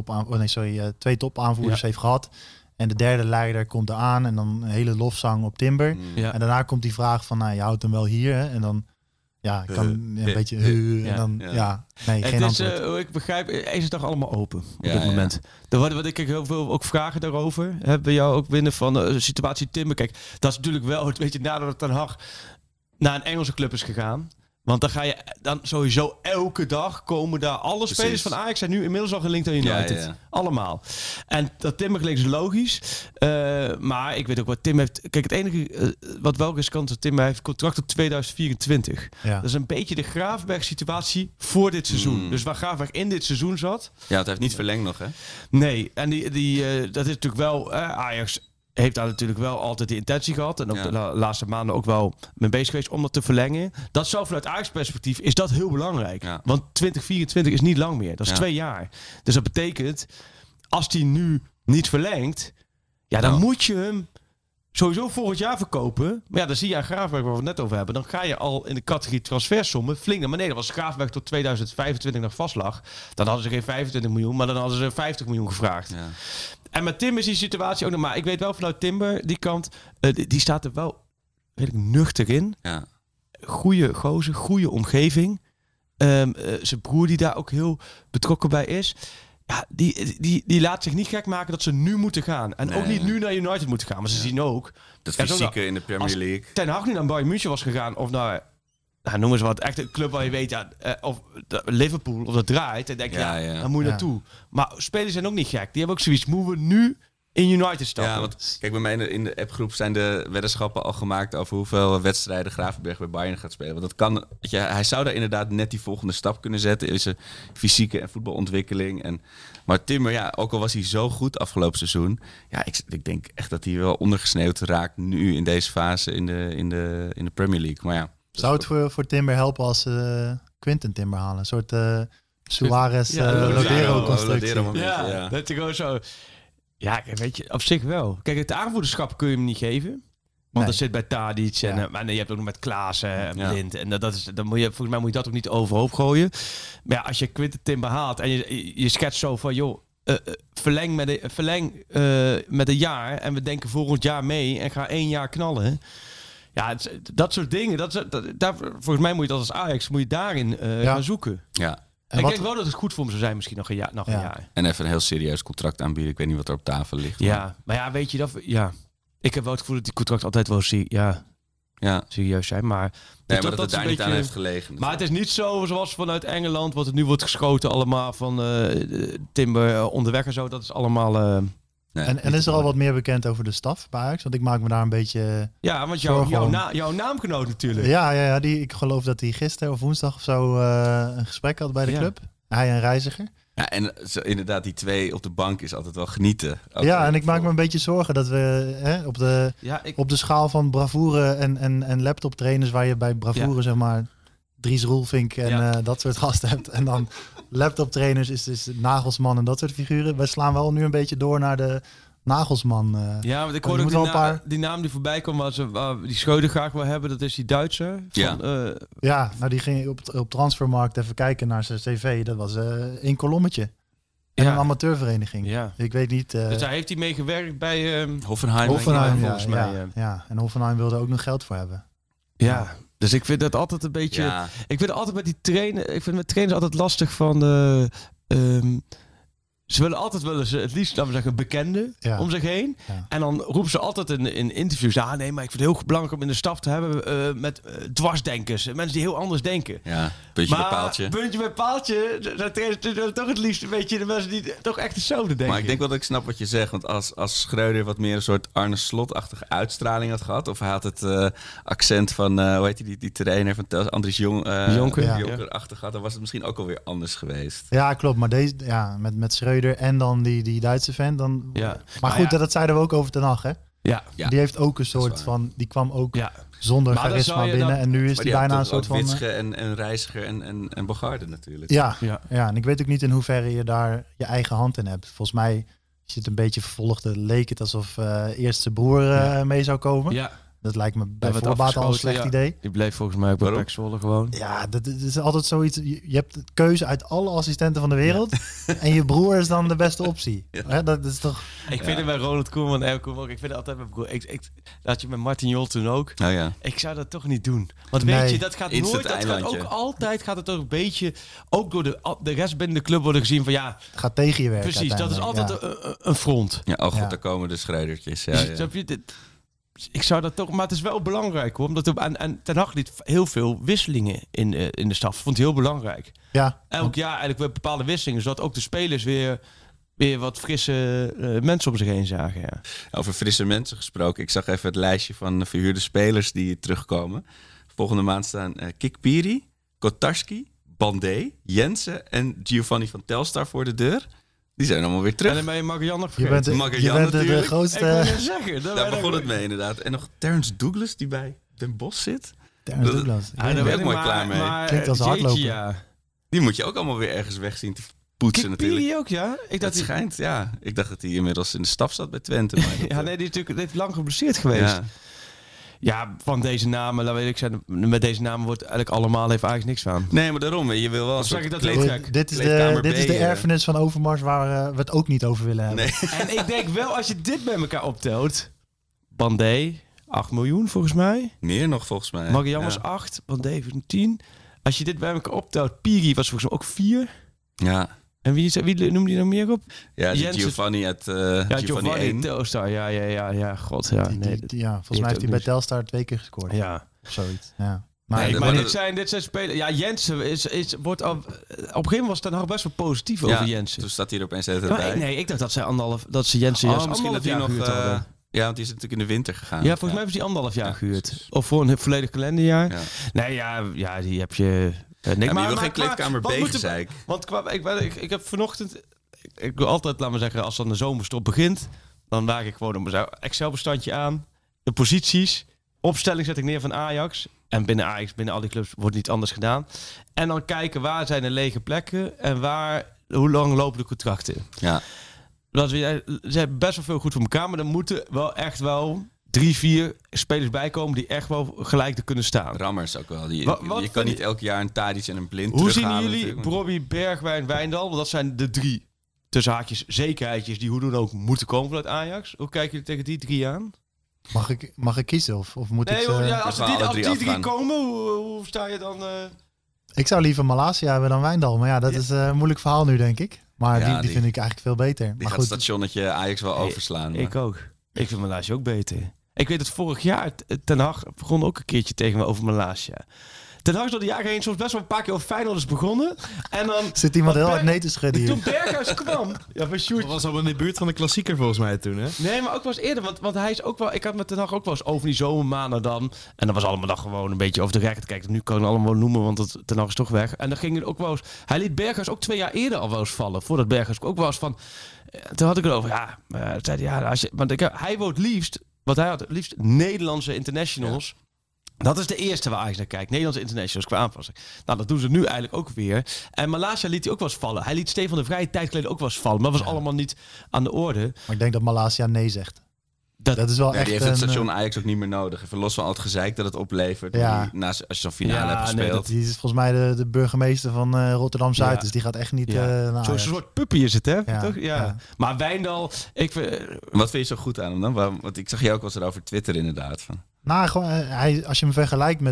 twee topaanvoerders heeft gehad. En de derde leider komt eraan en dan een hele lofzang op Timber. En daarna komt die vraag van, je houdt hem wel hier. Hè? En dan kan een beetje en dan geen antwoord. Ik begrijp, is het toch allemaal open op dit moment. Wat ik heel veel ook vragen daarover. Hebben we jou ook binnen van de situatie Timber. Kijk, dat is natuurlijk wel het beetje nadat Ten Hag naar een Engelse club is gegaan. Want dan ga je dan sowieso elke dag komen daar alle spelers van Ajax zijn nu inmiddels al gelinkt aan United. Ja. Allemaal. En dat Timber gelinkt is logisch. Maar ik weet ook wat Tim heeft. Kijk, het enige wat wel riskant is, Timber heeft contract tot 2024. Ja. Dat is een beetje de Gravenberg situatie voor dit seizoen. Dus waar Gravenberg in dit seizoen zat. Ja, het heeft niet verlengd nog, hè? Nee, en dat is natuurlijk wel Ajax heeft daar natuurlijk wel altijd de intentie gehad. En ook de laatste maanden ook wel mee bezig geweest om dat te verlengen. Dat zou vanuit Ajax-perspectief is dat heel belangrijk. Ja. Want 2024 is niet lang meer. Dat is 2 jaar. Dus dat betekent, als die nu niet verlengt, dan moet je hem sowieso volgend jaar verkopen. Maar dan zie je aan Gravenberg, waar we het net over hebben. Dan ga je al in de categorie transfersommen flink naar beneden. Als Gravenberg tot 2025 nog vast lag, dan hadden ze geen 25 miljoen, maar dan hadden ze 50 miljoen gevraagd. Ja. En met Timber is die situatie ook nog maar. Ik weet wel vanuit Timber, die kant, die staat er wel redelijk nuchter in. Ja. Goeie gozer, goede omgeving. Zijn broer die daar ook heel betrokken bij is. Ja, die laat zich niet gek maken dat ze nu moeten gaan. En ook niet nu naar United moeten gaan. Maar ze zien ook dat fysieke in de Premier League. Ten Hag nu naar Bayern München was gegaan of naar... noem eens wat, echt een club waar je weet, of Liverpool, of dat draait, dan denk je, dan moet je naartoe. Maar spelers zijn ook niet gek. Die hebben ook zoiets, moeten we nu in United stappen? Ja, want kijk, bij mij in de appgroep zijn de weddenschappen al gemaakt over hoeveel wedstrijden Gravenberg bij Bayern gaat spelen. Want dat kan, hij zou daar inderdaad net die volgende stap kunnen zetten in zijn fysieke en voetbalontwikkeling. Maar Timber, ook al was hij zo goed afgelopen seizoen, ik denk echt dat hij wel ondergesneeuwd raakt nu in deze fase in de Premier League. Maar ja. Zou het voor Timber helpen als Quinten Timber halen? Een soort Suarez Lodero-constructie. Dat je gewoon zo... Ja, weet je, op zich wel. Kijk, het aanvoerderschap kun je hem niet geven. Want dat zit bij Tadic en je hebt ook nog met Klaassen en Blind. En dan moet je, volgens mij moet je dat ook niet overhoop gooien. Maar als je Quinten Timber haalt en je schetst zo van... joh, verleng met een jaar en we denken volgend jaar mee en ga 1 jaar knallen... Ja, dat soort dingen. Daar, volgens mij moet je dat als Ajax daarin gaan zoeken. Ja. En ik denk wel dat het goed voor hem zou zijn, misschien nog een jaar. En even een heel serieus contract aanbieden. Ik weet niet wat er op tafel ligt. Ja, maar weet je dat? Ja, ik heb wel het gevoel dat die contract altijd wel serieus zijn. Maar maar dat het daar niet aan heeft gelegen. Maar het is niet zo zoals vanuit Engeland, wat het nu wordt geschoten allemaal van Timber onderweg en zo. Dat is allemaal... En is er al wat meer bekend over de staf bij Ajax? Want ik maak me daar een beetje... Ja, want jouw naamgenoot natuurlijk. Ja, ik geloof dat hij gisteren of woensdag of zo een gesprek had bij de club. Hij en Reiziger. Ja, en inderdaad, die 2 op de bank is altijd wel genieten. En ik maak me een beetje zorgen dat we op de schaal van bravoure en laptoptrainers, waar je bij bravoure zeg maar Dries Roelvink en dat soort gasten hebt. En dan laptoptrainers is Nagelsman en dat soort figuren. Wij slaan wel nu een beetje door naar Nagelsman. Ja, want ik Oh, hoorde je ook moet wel een die naam die voorbij kwam, waar die Schreuder graag wil hebben, dat is die Duitser. Ja. Ja, nou die ging op Transfermarkt even kijken naar zijn cv. Dat was 1 kolommetje. En een amateurvereniging. Ja. Ik weet niet... Dus daar heeft hij mee gewerkt bij Hoffenheim. Hoffenheim, volgens mij. Ja, en Hoffenheim wilde ook nog geld voor hebben. Ja, dus ik vind dat altijd een beetje... Ja. Ik vind altijd met die trainen... Ik vind met trainers altijd lastig van... ze willen altijd het liefst, laten we zeggen, bekende om zich heen. Ja. En dan roepen ze altijd in interviews... nee, maar ik vind het heel belangrijk om in de staf te hebben met dwarsdenkers. Mensen die heel anders denken. Ja, puntje bij paaltje. Puntje bij paaltje, dat trainers toch het liefst een beetje de mensen die toch echt hetzelfde denken. Maar ik denk wel dat ik snap wat je zegt. Want als Schreuder wat meer een soort Arne Slot-achtige uitstraling had gehad... of hij had het accent van, hoe heet die trainer van Telstar, Andries Jonker-achtig gehad... dan was het misschien ook alweer anders geweest. Ja, klopt. Maar deze, met Schreuder en dan die Duitse fan. Dan... Ja. Maar goed, dat zeiden we ook over Ten Hag, hè? Ja. Die heeft ook een soort van... Die kwam ook zonder charisma binnen. En nu is die bijna een soort van... Witsche en Reiziger en Bogarde natuurlijk. Ja, en ik weet ook niet in hoeverre je daar je eigen hand in hebt. Volgens mij, als je het een beetje vervolgde, leek het alsof eerst zijn broer mee zou komen. Ja. Dat lijkt me bij voorbaat al een slecht idee. Die bleef volgens mij ook bij PEC Zwolle gewoon. Ja, dat is altijd zoiets. Je hebt de keuze uit alle assistenten van de wereld. En je broer is dan de beste optie. Ja. Dat is toch... Ik vind het bij Ronald Koeman en Koeman ook. Ik vind het altijd mijn broer. Dat je met Martin Jol toen ook. Oh, ja. Ik zou dat toch niet doen. Want weet je, dat gaat nooit. Dat gaat ook altijd gaat het toch een beetje. Ook door de rest binnen de club worden gezien van ja. Het gaat tegen je werken. Precies, dat is altijd een front. Ja, oh god, daar komen de Schreudertjes. Ja, ja. Snap je? Ik zou dat toch, maar het is wel belangrijk hoor. Omdat en Ten Hag liet heel veel wisselingen in de staf. Vond hij heel belangrijk. Ja. Elk jaar eigenlijk weer bepaalde wisselingen, zodat ook de spelers weer wat frisse mensen om zich heen zagen. Ja. Over frisse mensen gesproken. Ik zag even het lijstje van verhuurde spelers die terugkomen. Volgende maand staan Kikpiri, Kotarski, Bandé, Jensen en Giovanni van Telstar voor de deur. Die zijn allemaal weer terug. En dan ben je Marianne vergeten. Je bent de grootste... Ik wil het zeggen. Daar begon het mee inderdaad. En nog Terence Douglas die bij Den Bosch zit. Terence Douglas. Daar ben ik mooi klaar mee. Klinkt als hardlopen. Ja. Die moet je ook allemaal weer ergens weg zien te poetsen natuurlijk. Die ook, ja? Dat schijnt, ja. Ik dacht dat hij inmiddels in de staf zat bij Twente. Maar ja, nee, die is lang geblesseerd geweest. Ja. Ja, van deze namen, laat weet ik zeggen, met deze namen wordt eigenlijk allemaal even eigenlijk niks van. Nee, maar daarom, je wil wel een soort dit is de erfenis van Overmars waar we het ook niet over willen hebben. Nee. En ik denk wel, als je dit bij elkaar optelt, Bandé, 8 miljoen volgens mij. Meer nog volgens mij. Marianne was 8, Bandé 10. Als je dit bij elkaar optelt, Piri was volgens mij ook 4. Ja. En wie noemde je nog meer op? Ja, Giovanni uit Giovanni 1. Telstar, ja, god. Ja, volgens mij heeft hij bij Telstar 2 keer gescoord. Ja. Of zoiets, ja. Maar dit zijn spelers... Ja, Jensen wordt op een gegeven moment was het nog best wel positief over Jensen. Toen staat hij er opeens bij. Nee, ik dacht dat ze Jensen juist misschien dat hij nog hadden. Ja, want die is natuurlijk in de winter gegaan. Ja, volgens mij heeft hij 1,5 jaar gehuurd. Of voor een volledig kalenderjaar. Ja. Nee, die heb je... maar je wil geen kleedkamer B-gezeik. Want ik heb vanochtend... Ik doe altijd, laten we zeggen, als dan de zomerstop begint... dan maak ik gewoon een Excel-bestandje aan. De posities. Opstelling zet ik neer van Ajax. En binnen Ajax, binnen al die clubs, wordt niet anders gedaan. En dan kijken waar zijn de lege plekken... en hoe lang lopen de contracten. Ja. Ze hebben best wel veel goed voor elkaar... maar er moeten wel echt wel 3-4 spelers bijkomen die echt wel gelijk te kunnen staan. Rammers ook wel. Je kan niet elk jaar een Tadic en een Blind Hoe terughalen. Hoe zien jullie Brobbey, Bergwijn, Wijndal? Want dat zijn de 3 tussen haakjes zekerheidjes die hoe dan ook moeten komen vanuit Ajax. Hoe kijken jullie tegen die 3 aan? Mag ik kiezen of moet ik... Als die 3 komen, hoe sta je dan... Ik zou liever Malasia hebben dan Wijndal. Maar ja, dat is een moeilijk verhaal nu, denk ik. Maar die vind ik eigenlijk veel beter. Die maar gaat het stationnetje Ajax wel overslaan. Ik ook. Ik vind Malasia ook beter. Ik weet dat vorig jaar Ten Hag begon ook een keertje tegen me over Malasia. Ten Hag is door de jaren heen soms best wel een paar keer over Feyenoord is begonnen. En dan zit iemand heel hard nee te schudden hier. Toen Berghuis kwam. Ja, dat was al in de buurt van de klassieker volgens mij toen, hè? Nee, maar ook wel eens eerder. Want hij is ook wel... Ik had met Ten Hag ook wel eens over die zomermaanden dan. En dat was allemaal dan gewoon een beetje over de recht. Kijk, nu kan ik het allemaal noemen, want Ten Hag is toch weg. En dan ging het ook wel eens... Hij liet Berghuis ook 2 jaar eerder al wel eens vallen. Voordat Berghuis ook wel eens van... Toen had ik het over, hij wou het liefst... Want hij had het liefst Nederlandse internationals... Dat is de eerste waar Ajax naar kijkt. Nederlandse internationals qua aanpassing. Nou, dat doen ze nu eigenlijk ook weer. En Malasia liet hij ook wel eens vallen. Hij liet Stefan de Vrij tijd geleden ook wel eens vallen. Maar dat was allemaal niet aan de orde. Maar ik denk dat Malasia nee zegt. Dat is wel echt... Die heeft het station Ajax ook niet meer nodig. Even los van al het gezeik dat het oplevert. Als je zo'n finale hebt gespeeld. Die is volgens mij de burgemeester van Rotterdam-Zuid. Dus die gaat echt niet naar Zo'n soort puppy is het, hè? Ja. Toch? Ja. Maar Wijndal... Wat vind je zo goed aan hem dan? Want ik zag je ook wel eens erover Twitter inderdaad. Nou, gewoon, als je hem vergelijkt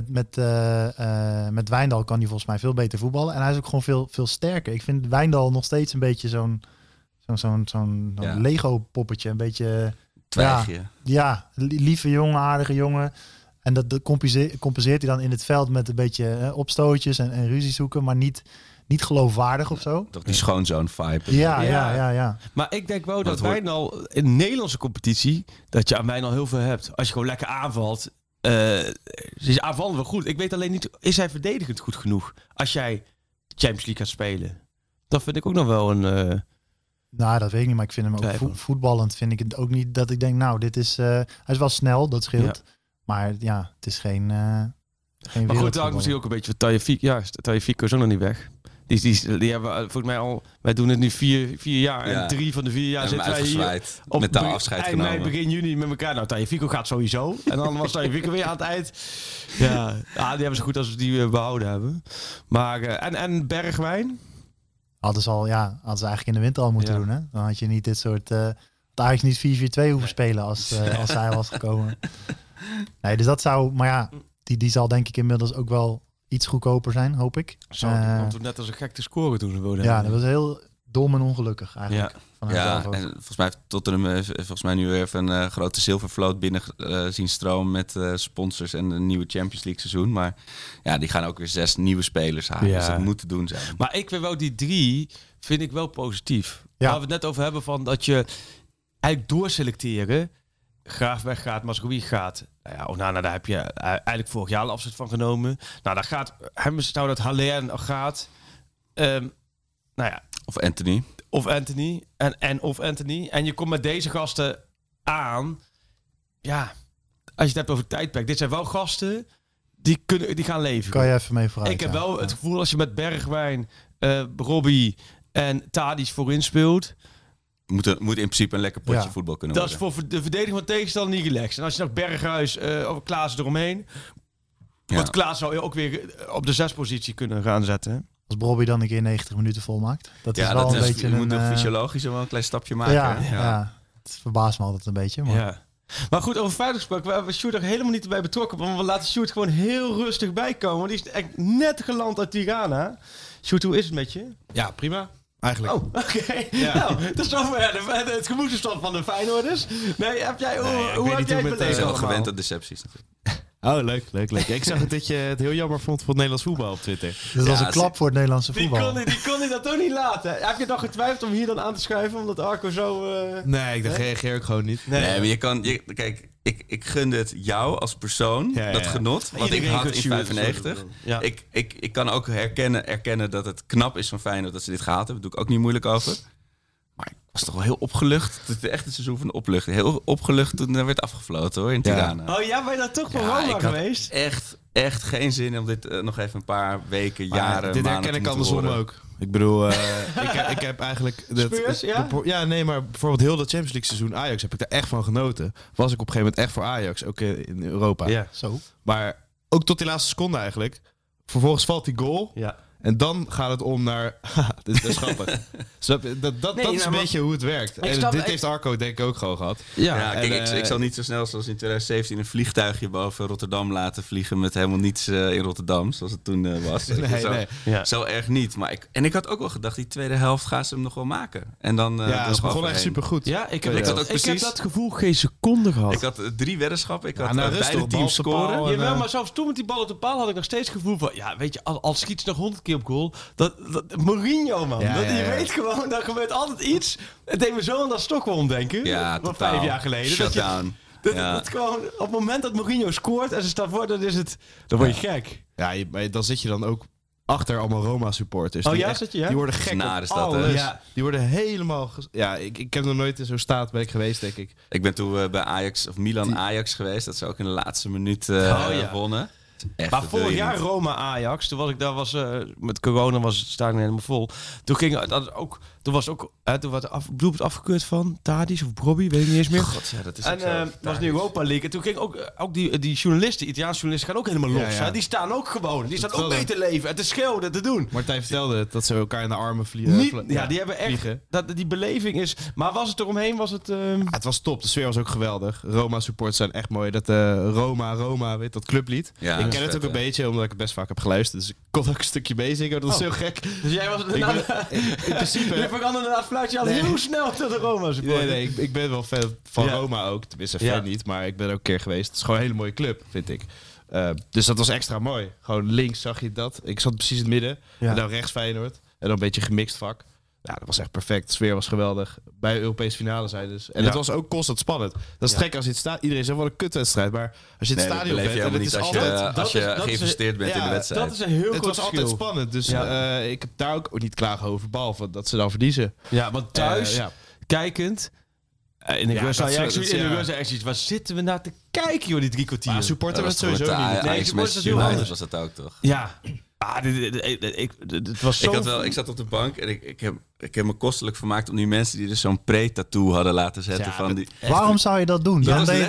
met Wijndal, kan hij volgens mij veel beter voetballen. En hij is ook gewoon veel sterker. Ik vind Wijndal nog steeds een beetje zo'n Lego-poppetje. Een beetje... Twijgje. Ja, lieve jongen, aardige jongen. En dat compenseert hij dan in het veld met een beetje opstootjes en ruzie zoeken, maar niet geloofwaardig of zo. Toch die schoonzoon-vibe. Ja. Maar ik denk wel dat Wijndal in de Nederlandse competitie, dat je aan Wijndal heel veel hebt. Als je gewoon lekker aanvalt. Ze is aanvallen wel goed. Ik weet alleen niet, is hij verdedigend goed genoeg als jij Champions League gaat spelen? Dat vind ik ook nog wel een... Nou, dat weet ik niet, maar ik vind hem ook voetballend. Vind ik het ook niet dat ik denk, nou, dit is... hij is wel snel, dat scheelt. Ja. Maar ja, het is geen maar goed, daar misschien ook een beetje van Tagliafico. Ja, Tagliafico is ook nog niet weg. Die hebben volgens mij al... Wij doen het nu 4 jaar. En 3 van de 4 jaar zitten wij hier... Met de afscheid genomen. Eind mei, begin juni met elkaar. Nou, Tagliafico gaat sowieso. En dan was Tagliafico weer aan het eind. Ja, die hebben ze goed als we die behouden hebben. Maar... En Bergwijn... Hadden ze eigenlijk in de winter al moeten doen. Hè? Dan had je niet dit soort... eigenlijk niet 4-4-2 hoeven spelen als hij was gekomen. Nee, dus dat zou... Maar ja, die zal denk ik inmiddels ook wel iets goedkoper zijn, hoop ik. Zo, die kwam toen net als een gek te scoren toen ze wilden. Ja, dat was heel dom en ongelukkig eigenlijk. Ja, en volgens mij heeft Tottenham nu weer even een grote zilvervloot binnen zien stromen met sponsors en een nieuwe Champions League seizoen. Maar ja, die gaan ook weer 6 nieuwe spelers halen. Dus dat moet te doen zijn. Maar ik vind wel die 3, vind ik wel positief. Ja. Waar we het net over hebben van dat je eigenlijk doorselecteren. Graaf weggaat, Mazraoui gaat. Daar heb je eigenlijk vorig jaar al afzet van genomen. Nou, daar gaat dat Haller gaat. Of Anthony. Of Anthony. En je komt met deze gasten aan. Ja, als je het hebt over tijdperk. Dit zijn wel gasten die gaan leveren. Kan je even mee vooruit. Ik heb wel het gevoel als je met Bergwijn, Robbie en Tadic voorin speelt. Moet in principe een lekker potje voetbal kunnen worden. Dat is voor de verdediging van tegenstander niet relaxed. En als je nog Berghuis of Klaas eromheen... Want Klaas zou je ook weer op de 6-positie kunnen gaan zetten. Als Robbie dan een keer 90 minuten volmaakt. Dat is wel een beetje... Je moet ook fysiologisch wel een klein stapje maken. Ja. Het verbaast me altijd een beetje. Maar... Ja. Maar goed, over veilig gesproken. We hebben Sjoerd er helemaal niet bij betrokken. Want we laten Sjoerd gewoon heel rustig bijkomen. Die is echt net geland uit Tirana. Sjoerd, hoe is het met je? Ja, prima. Eigenlijk. Oh, oké. Ja. Nou, dat is over het gemoedsverstand van de Feyenoorders. Nee, heb jij... Hoe heb jij het beleefd? Ik ben al gewend aan decepties natuurlijk. Oh, leuk. Ik zag dat je het heel jammer vond voor het Nederlands voetbal op Twitter. Dat was een klap voor het Nederlandse voetbal. Die kon hij dat toch niet laten. Heb je dan getwijfeld om hier dan aan te schuiven? Omdat Arco zo... Nee, ik reageer ik gewoon niet. Nee, maar kijk, ik gunde het jou als persoon, dat genot. Wat ik had in 95. Ja. Ik kan ook erkennen dat het knap is van Feyenoord dat ze dit gehaald hebben. Daar doe ik ook niet moeilijk over. Maar ik was toch wel heel opgelucht. Het is echt een seizoen van opluchting. Heel opgelucht toen er werd afgefloten hoor, in Tirana. Oh ja, ben je daar toch voor Roma geweest? Echt geen zin om dit nog even een paar weken, jaren, dit herken ik andersom ook. Ik bedoel, ik heb eigenlijk... Spurs, maar bijvoorbeeld heel dat Champions League seizoen Ajax heb ik daar echt van genoten. Was ik op een gegeven moment echt voor Ajax, ook in Europa. Ja. Zo. Maar ook tot die laatste seconde eigenlijk. Vervolgens valt die goal. Ja. En dan gaat het om naar... dit is grappig. Dat is een beetje hoe het werkt. En dit heeft Arco denk ik ook gewoon gehad. Ja, kijk, ik zal niet zo snel zoals in 2017 een vliegtuigje boven Rotterdam laten vliegen met helemaal niets in Rotterdam, zoals het toen was. Zo erg niet. Maar ik had ook wel gedacht, die tweede helft gaan ze hem nog wel maken. En dan het begon echt supergoed. Ja, ik heb dat gevoel geen seconde gehad. Ik had 3 weddenschappen. Ik had beide teams scoren. Jawel, maar zelfs toen met die bal op de paal had ik nog steeds het gevoel van, ja, weet je, al schiet ze nog 100 keer op goal. Dat Mourinho, man. Je weet gewoon, daar gebeurt altijd iets. Het deed me zo aan dat Stockholm denken. Ja, van 5 jaar geleden. Shutdown. Dat gewoon, op het moment dat Mourinho scoort en ze staan voor, dan word je gek. Ja, dan zit je dan ook achter allemaal Roma-supporters. Die worden gek op alles. Ja. Die worden helemaal... Ik heb nog nooit in zo'n staat geweest, denk ik. Ik ben toen bij Milan-Ajax geweest. Dat ze ook in de laatste minuut wonnen. Maar vorig jaar Roma-Ajax, toen was ik daar, met corona was het stadion helemaal vol. Toen werd afgekeurd van Tadic of Brobby, weet ik niet eens meer. God, ja, dat is was nu Europa League. En toen ging ook die journalisten, Italiaanse journalisten, gaan ook helemaal los. Ja. Hè? Die staan ook gewoon. Die staan ook mee te leven en te schreeuwen, te doen. Martijn vertelde het, dat ze elkaar in de armen vliegen. Die hebben echt... Die beleving is... Maar was het eromheen? Was het... Het was top. De sfeer was ook geweldig. Roma-supporters zijn echt mooi. Dat Roma, weet dat clublied. Ja, ik ken het ook een beetje, omdat ik het best vaak heb geluisterd. Dus ik kon ook een stukje meezingen. Dat is heel gek. Dus jij was... in principe... Je veranderde het fluitje al heel snel tot de Roma-supporter. Nee, ik ben wel fan van Roma ook. Tenminste, fan niet. Maar ik ben ook een keer geweest. Het is gewoon een hele mooie club, vind ik. Dus dat was extra mooi. Gewoon links zag je dat. Ik zat precies in het midden. Ja. En dan rechts Feyenoord. En dan een beetje gemixt vak. Ja, dat was echt perfect. De sfeer was geweldig. Bij de Europese finale zijn dus. En het was ook constant spannend. Dat is trek als je het staat. Iedereen zegt wat een kutwedstrijd. Maar als je het stadion bent... En het is als je geïnvesteerd bent in de wedstrijd. Dat is een heel Het was altijd spannend. Dus ik heb daar ook niet klagen over. Behalve dat ze dan verliezen. Ja, want thuis, kijkend... In de reacties, waar zitten we naar te kijken, joh, die 3 kwartier? Maar supporter was sowieso niet. Nee, supporter was dat ook, toch? Ja. Het was zo... Ik zat op de bank en ik heb me kostelijk vermaakt om die mensen die dus zo'n pre-tattoo hadden laten zetten. Waarom zou je dat doen?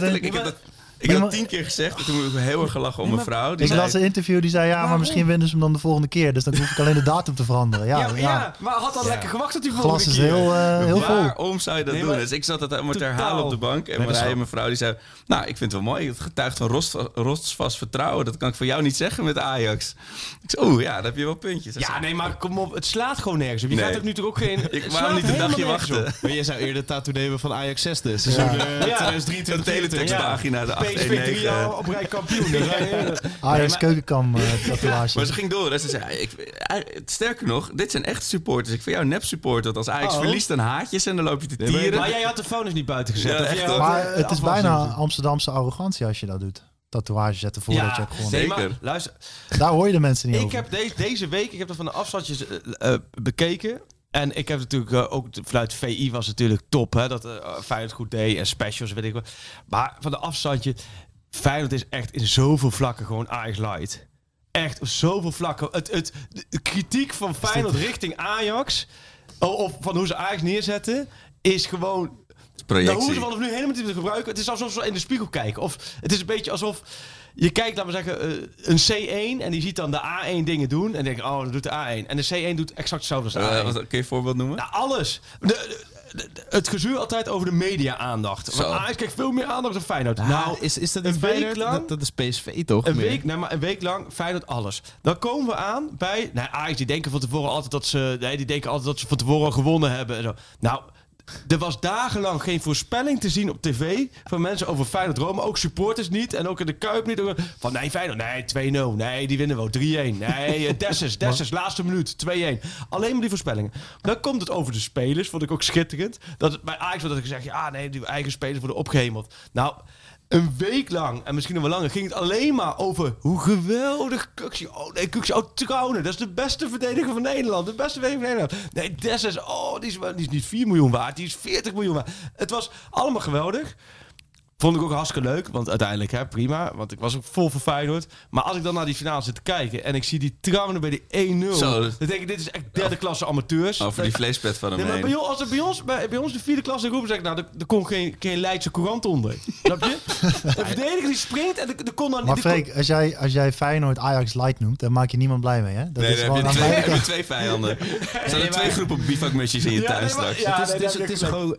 Ik heb dat 10 keer gezegd en toen heb ik heel erg gelachen om mijn vrouw. Ik las een interview die zei, maar misschien winnen ze hem dan de volgende keer. Dus dan hoef ik alleen de datum te veranderen. Maar had al lekker gewacht tot die volgende keer. Glas is heel vol. Waarom zou je dat doen? Dus ik zat het helemaal te herhalen op de bank. En Marije, mijn vrouw, die zei... Nou, ik vind het wel mooi. Het getuigt van rotsvast vertrouwen. Dat kan ik voor jou niet zeggen met Ajax. Ik zei, daar heb je wel puntjes. Maar kom op. Het slaat gewoon nergens op. Je gaat ook nu toch ook geen... Waarom niet een dagje wachten? Maar je zou eerder tattoo nemen van Ajax 6. Dus 2023. Een teletextpagina. PSV 3 jaar op rij kampioen. Ajax keukenkam tatoeage. Maar ze ging door. Ze zei, sterker nog, dit zijn echt supporters. Ik vind jou nep supporter. Want als Ajax verliest, dan haat je ze en dan loop je te tieren. Maar jij had de foto's niet buiten gezet. Maar het is bijna Amsterdamse arrogantie als je dat doet. Tatoeage zetten voordat je hebt gewonnen. Zeker. Maar, luister, daar hoor je de mensen niet over. Ik heb deze week, ik heb dat van de afstandjes bekeken. En ik heb natuurlijk ook vanuit VI was natuurlijk top, hè, dat Feyenoord goed deed en specials, weet ik wat. Maar van de afstandje, Feyenoord is echt in zoveel vlakken gewoon Ajax light. Echt zoveel vlakken. De kritiek van Feyenoord richting Ajax, of van hoe ze Ajax neerzetten, is gewoon... Projectie. Daar hoeven we nu helemaal niet te gebruiken. Het is alsof we in de spiegel kijken. Of het is een beetje alsof je kijkt, laten we zeggen, een C1 en die ziet dan de A1 dingen doen. En denkt, dat doet de A1. En de C1 doet exact hetzelfde als de A1. Kun je een voorbeeld noemen? Nou, alles. Het gezuur altijd over de media-aandacht. Want Ajax krijgt veel meer aandacht dan Feyenoord. Nou, is dat een week lang? Dat is PSV toch? Een week lang Feyenoord alles. Dan komen we aan bij... Ajax die denken van tevoren altijd dat ze van tevoren gewonnen hebben. En zo. Nou... Er was dagenlang geen voorspelling te zien op tv van mensen over Feyenoord Roma. Ook supporters niet en ook in de Kuip niet. Van Feyenoord, 2-0. Nee, die winnen we 3-1. Nee, Dessers, laatste minuut, 2-1. Alleen maar die voorspellingen. Dan komt het over de spelers, vond ik ook schitterend. Dat bij Ajax wordt gezegd, die eigen spelers worden opgehemeld. Nou... Een week lang, en misschien nog wel langer, ging het alleen maar over hoe geweldig Kuksje Trouwen. Dat is de beste verdediger van Nederland. De beste verdediger van Nederland. Nee, Dessers, die is niet 4 miljoen waard. Die is 40 miljoen waard. Het was allemaal geweldig. Vond ik ook hartstikke leuk, want uiteindelijk prima. Want ik was ook vol voor Feyenoord. Maar als ik dan naar die finale zit te kijken en ik zie die Trouwen bij die 1-0. Dan denk ik, dit is echt derde klasse amateurs. Over die vleespet van hem heen. Maar als er bij ons de vierde klasse groep zegt, er kon geen Leidse courant onder. Snap je? De verdediger die springt en er kon dan... Maar Freek, als jij Feyenoord Ajax Light noemt, dan maak je niemand blij mee, hè? Dat is gewoon heb je 2 vijanden. Er zijn 2 groepen bivakmusjes in je tuin straks. Het is gewoon...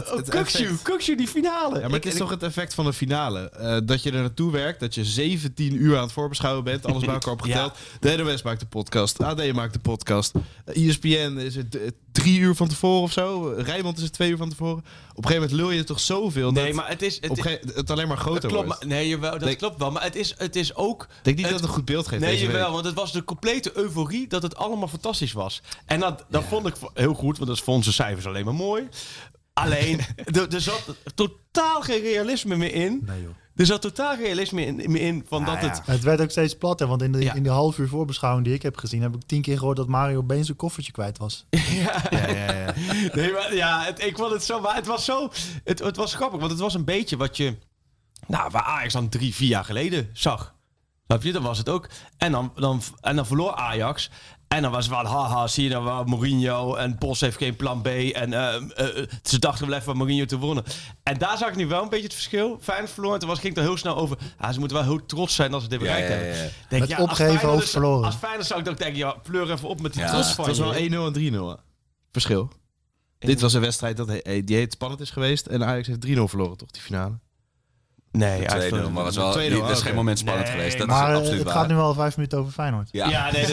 Kuksje, die finale. Ja, maar het is toch het effect van de finale. Dat je er naartoe werkt, dat je 17 uur aan het voorbeschouwen bent, alles bij elkaar opgeteld. De NOS maakt de podcast, AD maakt de podcast, ESPN is het 3 uur van tevoren of zo. Rijnmond is het 2 uur van tevoren. Op een gegeven moment lul je toch zoveel dat maar het alleen maar groter wordt. Dat klopt wel, maar het is ook... Ik denk niet dat het een goed beeld geeft. Nee, jawel, want het was de complete euforie dat het allemaal fantastisch was. En dat vond ik heel goed, want dat vonden ze cijfers alleen maar mooi. Alleen, er zat totaal geen realisme meer in. Nee, joh. Er zat totaal geen realisme meer in van dat het... Het werd ook steeds platter, want in de half uur voorbeschouwing die ik heb gezien, heb ik 10 keer gehoord dat Mario Been zijn koffertje kwijt was. Ja. Nee, maar ik vond het zo... Maar het was zo... Het was grappig, want het was een beetje wat je... waar Ajax dan 3-4 jaar geleden zag. Snap je? Dat was het ook. En dan verloor Ajax. En dan was het wel, haha, zie je dan wel, Mourinho en Bos heeft geen plan B. En ze dachten wel even van Mourinho te wonnen. En daar zag ik nu wel een beetje het verschil. Feyenoord verloor, en toen ging het er heel snel over. Ze moeten wel heel trots zijn als ze dit bereikt hebben. Denk, met opgeven over verloren. Als Feyenoord zou ik ook denken, pleur even op met die trots van het was wel 1-0 en 3-0 verschil. Dit was een wedstrijd die heet spannend is geweest. En Ajax heeft 3-0 verloren, toch, die finale? Nee, 2-0, maar dat is geen moment spannend geweest. Dat maar is absoluut het waar. gaat nu al 5 minuten over Feyenoord. Ja, nee,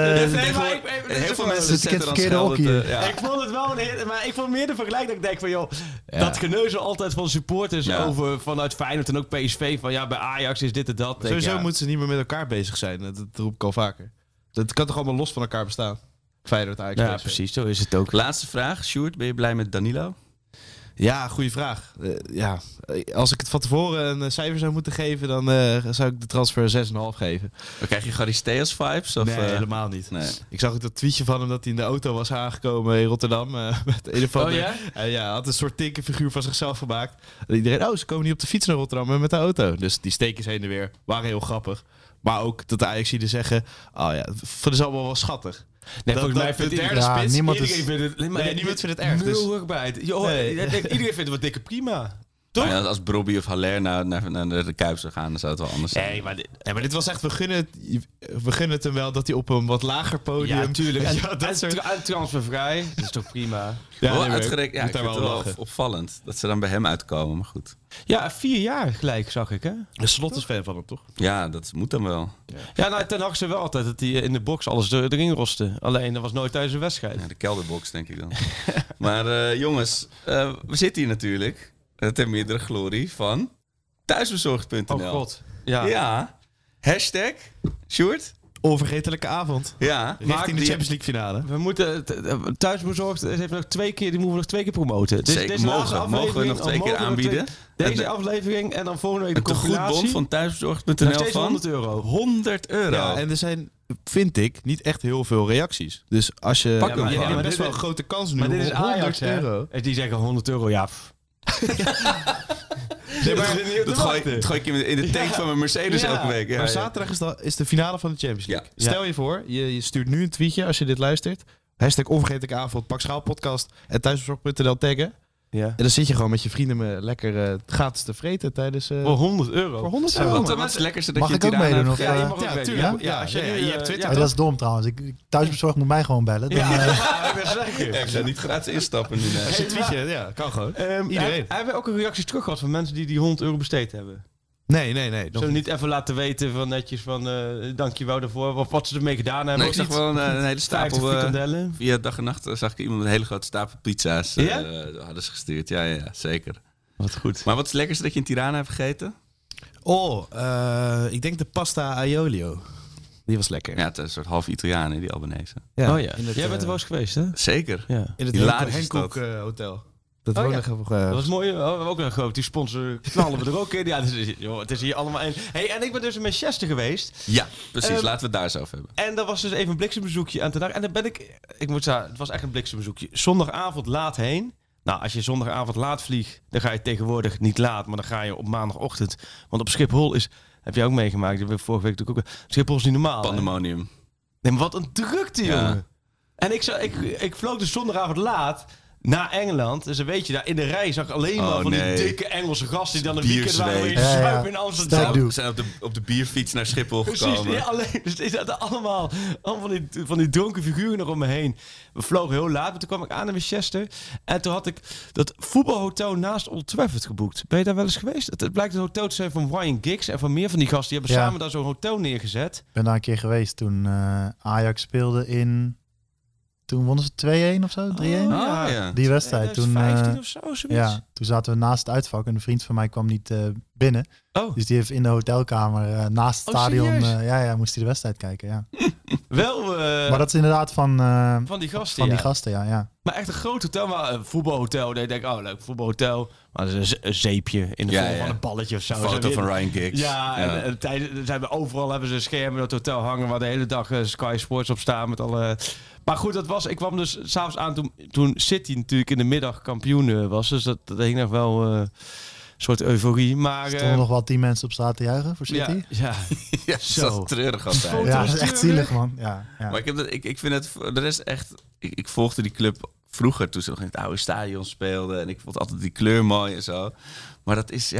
heel veel mensen zitten het verkeerde hokje. Ik vond het wel maar ik vond meer de vergelijking dat ik denk van, joh, dat geneuzel altijd van supporters over vanuit Feyenoord en ook PSV van, bij Ajax is dit en dat. Sowieso moeten ze niet meer met elkaar bezig zijn. Dat roep ik al vaker. Dat kan toch allemaal los van elkaar bestaan? Feyenoord, Ajax, ja, precies, zo is het ook. Laatste vraag, Sjoerd, ben je blij met Danilo? Ja, goede vraag. Als ik het van tevoren een cijfer zou moeten geven, dan zou ik de transfer 6,5 geven. Dan krijg je Charisteas vibes? Nee, helemaal niet. Nee. Ik zag ook dat tweetje van hem dat hij in de auto was aangekomen in Rotterdam. Met een of andere. Hij had een soort tekenfiguur van zichzelf gemaakt. En iedereen, ze komen niet op de fiets naar Rotterdam, maar met de auto. Dus die stekens heen en weer waren heel grappig. Maar ook dat de Ajaxiden zeggen, vinden ze allemaal wel schattig. Nee, volgens mij vindt de derde spits. Niemand vindt het erg. Nul bij het. Iedereen vindt het wat dikke prima. Toch? Ja, als Brobby of Haller naar de Kuip zou gaan, dan zou het wel anders zijn. Nee, maar dit was echt, we gunnen het hem wel dat hij op een wat lager podium... Ja, tuurlijk. En transfervrij, dat is toch prima? Ik vind het wel opvallend dat ze dan bij hem uitkomen, maar goed. Ja, 4 jaar gelijk, zag ik, hè? De Slot is fan van hem, toch? Ja, dat moet dan wel. Ten Hag ze wel altijd dat hij in de box alles erin roste. Alleen, dat was nooit tijdens een wedstrijd. Ja, de kelderbox, denk ik dan. Maar jongens, we zitten hier natuurlijk... ter meerdere glorie van thuisbezorgd.nl. Oh god. Ja. Hashtag, Sjoerd? Onvergetelijke avond. Ja. Richting de Champions League finale. We moeten thuisbezorgd even nog 2 keer, die moeten we nog 2 keer promoten. Zeker, mogen we nog 2 keer aanbieden. Deze aflevering en dan volgende week de compilatie. De goedbon van thuisbezorgd.nl van €100. €100. Ja, en er zijn, vind ik, niet echt heel veel reacties. Dus als je... maar best wel een grote kans nu. Maar dit is Ajax, €100. En die zeggen €100, ja. Nee, maar dat gooi ik in de tank van mijn Mercedes elke week. Ja, maar zaterdag is de finale van de Champions League. Ja. Stel je voor, je stuurt nu een tweetje als je dit luistert. Hashtag onvergetelijke avond, Pak Schaal podcast en thuisbezorgd.nl taggen. Ja. En dan zit je gewoon met je vrienden lekker gratis te vreten tijdens... Voor €100. Voor €100. Wat is lekkerste dat mag je ik ook meedoen? Of, ja, tuurlijk. Ja, je hebt Twitter. Dat is dom trouwens. Thuisbezorgd moet mij gewoon bellen. Dan, ik zou niet gratis instappen nu. Als je tweetje, kan gewoon. Iedereen. Hebben we ook een reacties terug gehad van mensen die €100 besteed hebben? Nee. Zullen we niet even laten weten van netjes van dankjewel daarvoor, of wat ze ermee gedaan hebben? Nee, ik zag wel een hele stapel via dag en nacht zag ik iemand met een hele grote stapel pizza's hadden ze gestuurd. Ja, zeker. Wat goed. Maar wat is het lekkerste dat je in Tirana hebt gegeten? Ik denk de pasta aiolio. Die was lekker. Ja, het is een soort half Italiaan, die Albanese. Ja. Jij bent er wel eens geweest, hè? Zeker. Ja. In het Henkoek Hotel. Dat was mooi. We hebben ook een groot. Die sponsor knallen we er ook in. Ja, het is hier allemaal in. Hey, en ik ben dus in Manchester geweest. Ja, precies. Laten we het daar zo over hebben. En dat was dus even een bliksembezoekje aan Ten Hag. En dan ben ik moet zeggen, het was echt een bliksembezoekje. Zondagavond laat heen. Nou, als je zondagavond laat vliegt, dan ga je tegenwoordig niet laat, maar dan ga je op maandagochtend. Want op Schiphol heb jij ook meegemaakt, dat hebben we vorige week natuurlijk ook. Schiphol is niet normaal. Pandemonium. Nee, maar wat een drukte, jongen. En ik vloog dus zondagavond laat naar Engeland. Dus dan weet je, daar in de rij zag ik alleen maar van die dikke Engelse gasten die dan een weekend waren weer zuipen in Amsterdam. We zijn op de bierfiets naar Schiphol gekomen. Precies, alleen. Dus er zaten allemaal van die dronken figuren nog om me heen. We vlogen heel laat, maar toen kwam ik aan in Manchester. En toen had ik dat voetbalhotel naast Old Trafford geboekt. Ben je daar wel eens geweest? Het blijkt een hotel te zijn van Ryan Giggs en van meer van die gasten. Die hebben samen daar zo'n hotel neergezet. Ik ben daar een keer geweest toen Ajax speelde in... Toen wonnen ze 2-1 of zo, 3-1. Ja. Die wedstrijd. 2015 of zo, zoiets. Ja, toen zaten we naast het uitvak en een vriend van mij kwam niet binnen. Oh. Dus die heeft in de hotelkamer naast het stadion moest hij de wedstrijd kijken. Ja. Maar dat is inderdaad van die gasten. Van die gasten, ja. Maar echt een groot hotel, maar een voetbalhotel. Dan denk ik, leuk, voetbalhotel. Maar dat is een zeepje in de vorm van een balletje of zo. Een foto van Ryan Giggs. En overal hebben ze schermen in het hotel hangen waar de hele dag Sky Sports op staan met alle... Maar goed, ik kwam dus s'avonds aan toen City natuurlijk in de middag kampioen was. Dus dat hing nog wel... soort euforie. Maar stonden nog wel 10 mensen op straat te juichen voor City. Ja, ja, zo treurig altijd. Ja, dat is echt zielig, man. Ja. Maar ik vind het de rest echt... Ik volgde die club vroeger toen ze nog in het oude stadion speelden. En ik vond altijd die kleur mooi en zo. Maar dat is...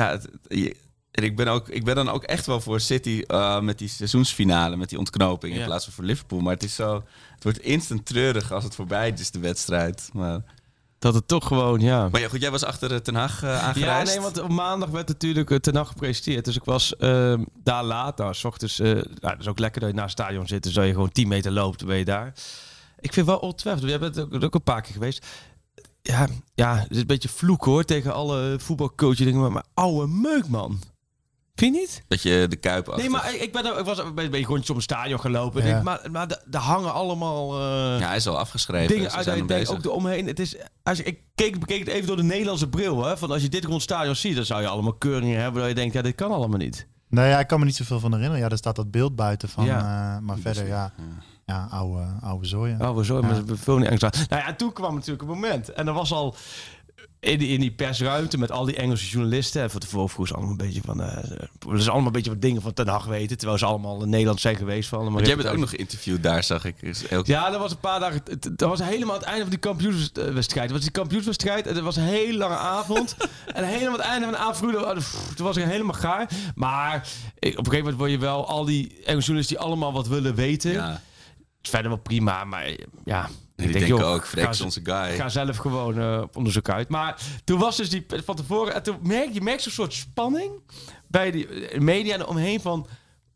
En ik ben dan ook echt wel voor City met die seizoensfinale, met die ontknoping in plaats van voor Liverpool. Maar het wordt instant treurig als het voorbij is, de wedstrijd. Maar... Dat het toch gewoon, ja. Maar ja, goed, jij was achter Ten Hag aangereisd. Ja, nee, want op maandag werd natuurlijk Ten Hag gepresenteerd. Dus ik was daar later, 's ochtends. Dat is ook lekker dat je naast het stadion zit. Dus dat je gewoon 10 meter loopt, dan ben je daar. Ik vind wel Old Trafford, jij bent ook een paar keer geweest. Ja, het is een beetje vloek hoor, tegen alle voetbalcoaches. Maar oude meuk, man. Vind je niet? Dat je de Kuip achter... Nee, maar ik was een beetje rondjes om het stadion gelopen. Ja. Maar er hangen allemaal... ja, hij is al afgeschreven. Dingen uit je denkt, ook eromheen. Het is, ik bekeek het even door de Nederlandse bril. Hè, van als je dit rond het stadion ziet, dan zou je allemaal keuringen hebben. Dat je denkt, dit kan allemaal niet. Nee, ik kan me niet zoveel van herinneren. Ja, er staat dat beeld buiten van... maar verder, ja, oude zooi. Oude zooi, maar dat veel niet Engels. Nou ja, toen kwam natuurlijk een moment. En er was al... In die persruimte met al die Engelse journalisten. En van tevoren vroeg ze allemaal een beetje van... ze allemaal een beetje wat dingen van Ten Hag weten. Terwijl ze allemaal in Nederland zijn geweest. Maar jij bent ook nog geïnterviewd daar, zag ik. Ja, dat was een paar dagen... Dat was helemaal aan het einde van die kampioenswedstrijd. Dat was die kampioenswedstrijd. En het was een hele lange avond. En helemaal aan het einde van de avond... Toen was ik helemaal gaar. Maar op een gegeven moment word je wel... Al die Engelse journalisten die allemaal wat willen weten. Ja. Het is verder wel prima, maar ja... Ik denk ook, Freek is onze guy. Ga zelf gewoon op onderzoek uit. Maar toen was dus die van tevoren... En toen merk zo'n soort spanning bij die media en omheen van...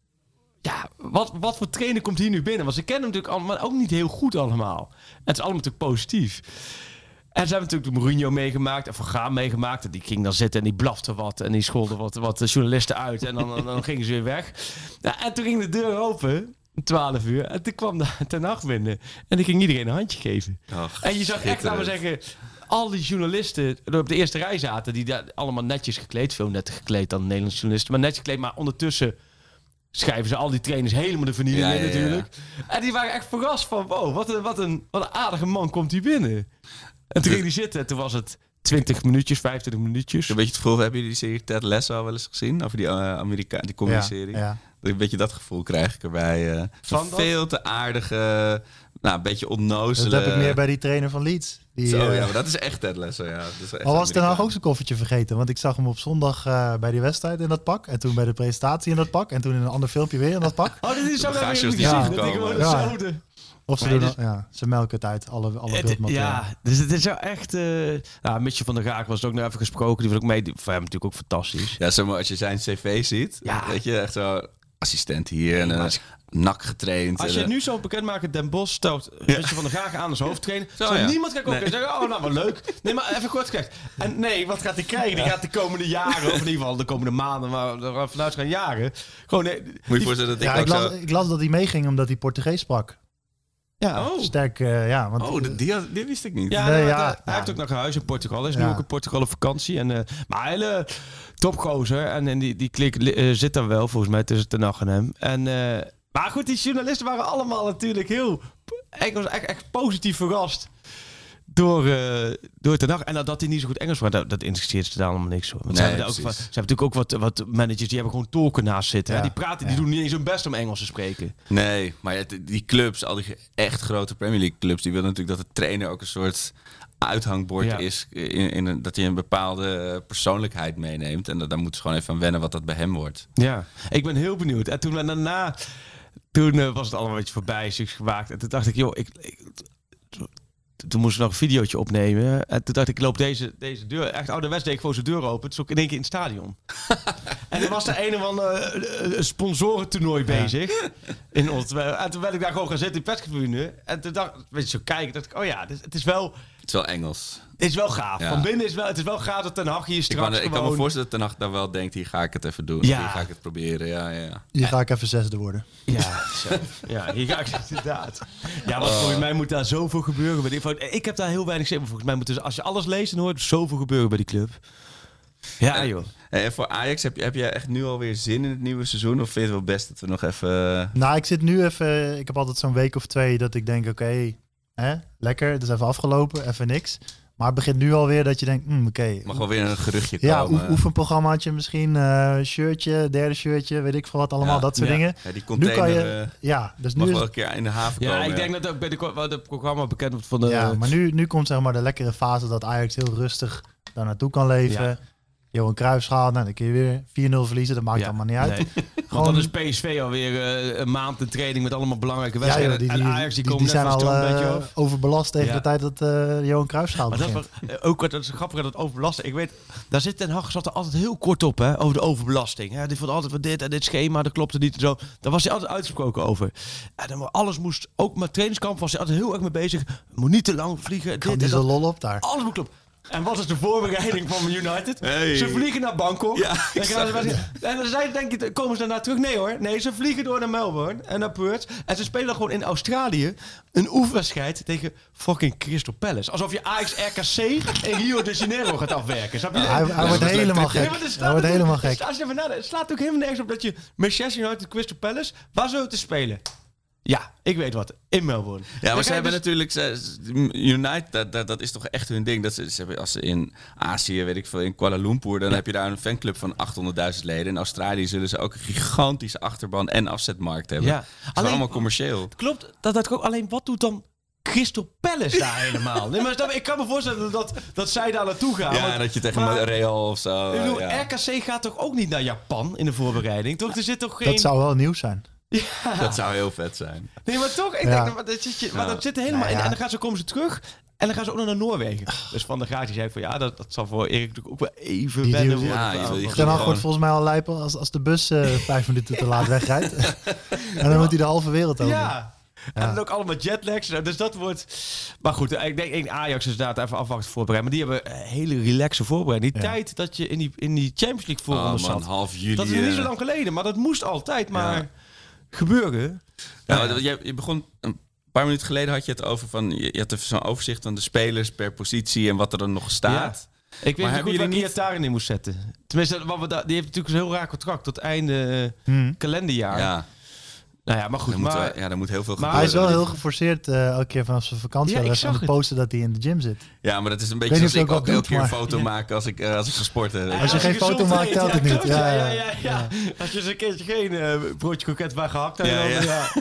Ja, wat voor trainer komt hier nu binnen? Want ze kennen hem natuurlijk allemaal, maar ook niet heel goed allemaal. En het is allemaal natuurlijk positief. En ze hebben natuurlijk de Mourinho meegemaakt en Van Gaal meegemaakt. En die ging dan zitten en die blafte wat. En die scholde wat journalisten uit. En dan gingen ze weer weg. Ja, en toen ging de deur open... 12 uur. En toen kwam Ten Hag binnen. En die ging iedereen een handje geven. En je zag echt, laten we zeggen... Al die journalisten die op de eerste rij zaten... die daar allemaal netjes gekleed... veel netter gekleed dan de Nederlandse journalisten... maar netjes gekleed, maar ondertussen... schrijven ze al die trainers helemaal de vernieling in natuurlijk. Ja. En die waren echt verrast van... wow, wat een aardige man komt hier binnen. En toen ging hij zitten en toen was het... 20 minuutjes, 25 minuutjes. Een beetje het gevoel, hebben jullie die serie Ted Lasso al wel eens gezien? Over die comedy-serie? Ja. Een beetje dat gevoel krijg ik erbij. Van veel te aardige, een beetje onnozele... Dat heb ik meer bij die trainer van Leeds. Maar dat is echt Ted Lasso, ja. Al was Ten Hag ook zijn koffertje vergeten. Want ik zag hem op zondag bij die wedstrijd in dat pak. En toen bij de presentatie in dat pak. En toen in een ander filmpje weer in dat pak. Oh, dit is zo weer gezien. Of ze melken het uit, alle beeldmateriaal. Ja, dus het is wel echt... Mitchell van der Gaag was ook nog even gesproken. Die was ook mee. Voor hem natuurlijk ook fantastisch. Ja, zeg maar, als je zijn cv ziet, weet je, echt zo assistent hier en nak getraind. Als je het nu zo bekend maakt, Den Bosch stelt Mitchell van der Gaag aan als hoofdtrainer. Niemand gaat ook zeggen, oh, nou, wat leuk. Nee, maar even kort gezegd. En nee, wat gaat hij krijgen? Die gaat de komende jaren, of in ieder geval de komende maanden, maar er vanuit gaan jaren. Gewoon, moet je voorstellen dat ik las dat hij meeging omdat hij Portugees sprak. Ja, sterk. Want, die wist ik niet. Ja, hij heeft ook nog een huis in Portugal. Hij is nu ook in Portugal op vakantie. Maar hele topgozer. En die klik zit daar wel, volgens mij, tussen Ten Hag en hem. Maar goed, die journalisten waren allemaal natuurlijk heel... Ik was echt positief verrast door Ten Hag. En dat hij niet zo goed Engels was, dat interesseert ze daar allemaal niks voor. Want ze hebben natuurlijk ook wat managers, die hebben gewoon tolken naast zitten. Ja, die doen niet eens hun best om Engels te spreken. Nee, maar die clubs, al die echt grote Premier League clubs, die willen natuurlijk dat de trainer ook een soort uithangbord is. Dat hij een bepaalde persoonlijkheid meeneemt. En daar moeten ze gewoon even aan wennen wat dat bij hem wordt. Ja, ik ben heel benieuwd. En toen was het allemaal een beetje voorbij, zich gemaakt. En toen dacht ik, joh, toen moest ik nog een videootje opnemen. En toen dacht ik loop deze deur... Echt ouderwets deed ik gewoon zijn deur open. Het is ook in één keer in het stadion. En er was er een of ander sponsorentoernooi bezig. En toen ben ik daar gewoon gaan zitten in de perstribune. En toen dacht ik, zo kijken, dacht ik, oh ja, het is wel... Het is wel Engels. Het is wel gaaf. Ja. Van binnen is het is wel gaaf dat Ten Hag hier straks ik kan me voorstellen dat Ten Hag daar wel denkt, hier ga ik het even doen. Ja. Hier ga ik het proberen. Ja. Hier ga ik even zesde worden. Ja, ja, hier ga ik inderdaad. Ja, want volgens mij moet daar zoveel gebeuren. Ik heb daar heel weinig zin in. Volgens mij moet als je alles leest, dan hoort er zoveel gebeuren bij die club. Ja, joh. En voor Ajax, heb je echt nu alweer zin in het nieuwe seizoen? Of vind je het wel best dat we nog even... Nou, ik zit nu even... Ik heb altijd zo'n week of 2 dat ik denk, oké, lekker, het is even afgelopen, even niks. Maar het begint nu alweer dat je denkt, oké. Mag wel weer een geruchtje komen. Ja, oefenprogrammaatje misschien, shirtje, derde shirtje, weet ik veel wat allemaal, dat soort dingen. Ja, die container nu kan je, dus mag nu wel een keer in de haven komen. Ja, ik denk dat ook bij het programma bekend wordt van de... Ja, maar nu komt zeg maar de lekkere fase dat Ajax heel rustig daar naartoe kan leven. Ja. Johan Cruijffschaal, dan kun je weer 4-0 verliezen. Dat maakt allemaal niet uit. Nee. Want dan is PSV alweer een maand de training met allemaal belangrijke wedstrijden. En Ajax die zijn al een beetje overbelast tegen de tijd dat Johan Cruijffschaal begint. Dat is grappig dat het overbelasten. Ik weet, daar zit Ten Hag zat er altijd heel kort op, hè, over de overbelasting. Hè. Die vond altijd van dit en dit schema, dat klopte niet en zo. Daar was hij altijd uitgesproken over. En dan alles moest, ook met trainingskamp was hij altijd heel erg mee bezig. Moet niet te lang vliegen. Kan die zo lol op daar. Alles moet kloppen. En wat is de voorbereiding van United? Hey. Ze vliegen naar Bangkok. Ja, en dan denk je, komen ze daarna terug? Nee hoor. Nee, ze vliegen door naar Melbourne en naar Perth. En ze spelen gewoon in Australië een oefenwedstrijd tegen fucking Crystal Palace. Alsof je Ajax RKC in Rio de Janeiro gaat afwerken. Snap je? Hij wordt helemaal gek. Hij wordt helemaal gek. Als je even nadenkt, het slaat ook helemaal nergens op dat je Manchester United Crystal Palace, waar zullen we te spelen? Ja, ik weet wat. In Melbourne. Ja, maar ze hebben natuurlijk... United, dat is toch echt hun ding. Als ze in Azië, weet ik veel, in Kuala Lumpur... dan heb je daar een fanclub van 800.000 leden. In Australië zullen ze ook een gigantische achterban en afzetmarkt hebben. Ja. Dat is allemaal commercieel. Klopt. Alleen wat doet dan Crystal Palace daar helemaal? Nee, maar ik kan me voorstellen dat zij daar naartoe gaan. Ja, dat je tegen Real of zo... Ik bedoel, RKC gaat toch ook niet naar Japan in de voorbereiding? Toch? Er zit toch geen... Dat zou wel nieuw zijn. Ja. Dat zou heel vet zijn. Nee, maar toch, ik denk, maar dat zit er helemaal in. En dan komen ze terug en dan gaan ze ook nog naar Noorwegen. Dus Van der Graag die zei van dat zal voor Erik natuurlijk ook wel even wennen worden. Ten Hag wordt volgens mij al lijpen als de bus 5 minuten te laat wegrijdt. En dan moet hij de halve wereld over. Ja. En dan ook allemaal jetlags. Dus dat wordt... Maar goed, ik denk Ajax is daar even afwachten voorbereiden. Maar die hebben hele relaxe voorbereiding. Die tijd dat je in die Champions League voorronde zat. Half juli. Dat is niet zo lang geleden. Maar dat moest altijd maar gebeuren. Ja, je begon... Een paar minuten geleden had je het over van... Je had even zo'n overzicht van de spelers per positie en wat er dan nog staat. Ja. Ik weet niet goed waar Niataren in moest zetten. Tenminste, die heeft natuurlijk een heel raar contract tot einde kalenderjaar. Ja. Nou ja, maar goed. Er moet heel veel gebeuren. Hij is wel heel geforceerd elke keer vanaf zijn vakantie. Aan het posten dat hij in de gym zit. Ja, maar dat is een beetje zoals ik ook elke keer een foto maak als ik gesport heb. Als je geen foto maakt, telt het niet. Ja. Als je eens een keertje geen broodje kroket waar gehakt hebt. Ja.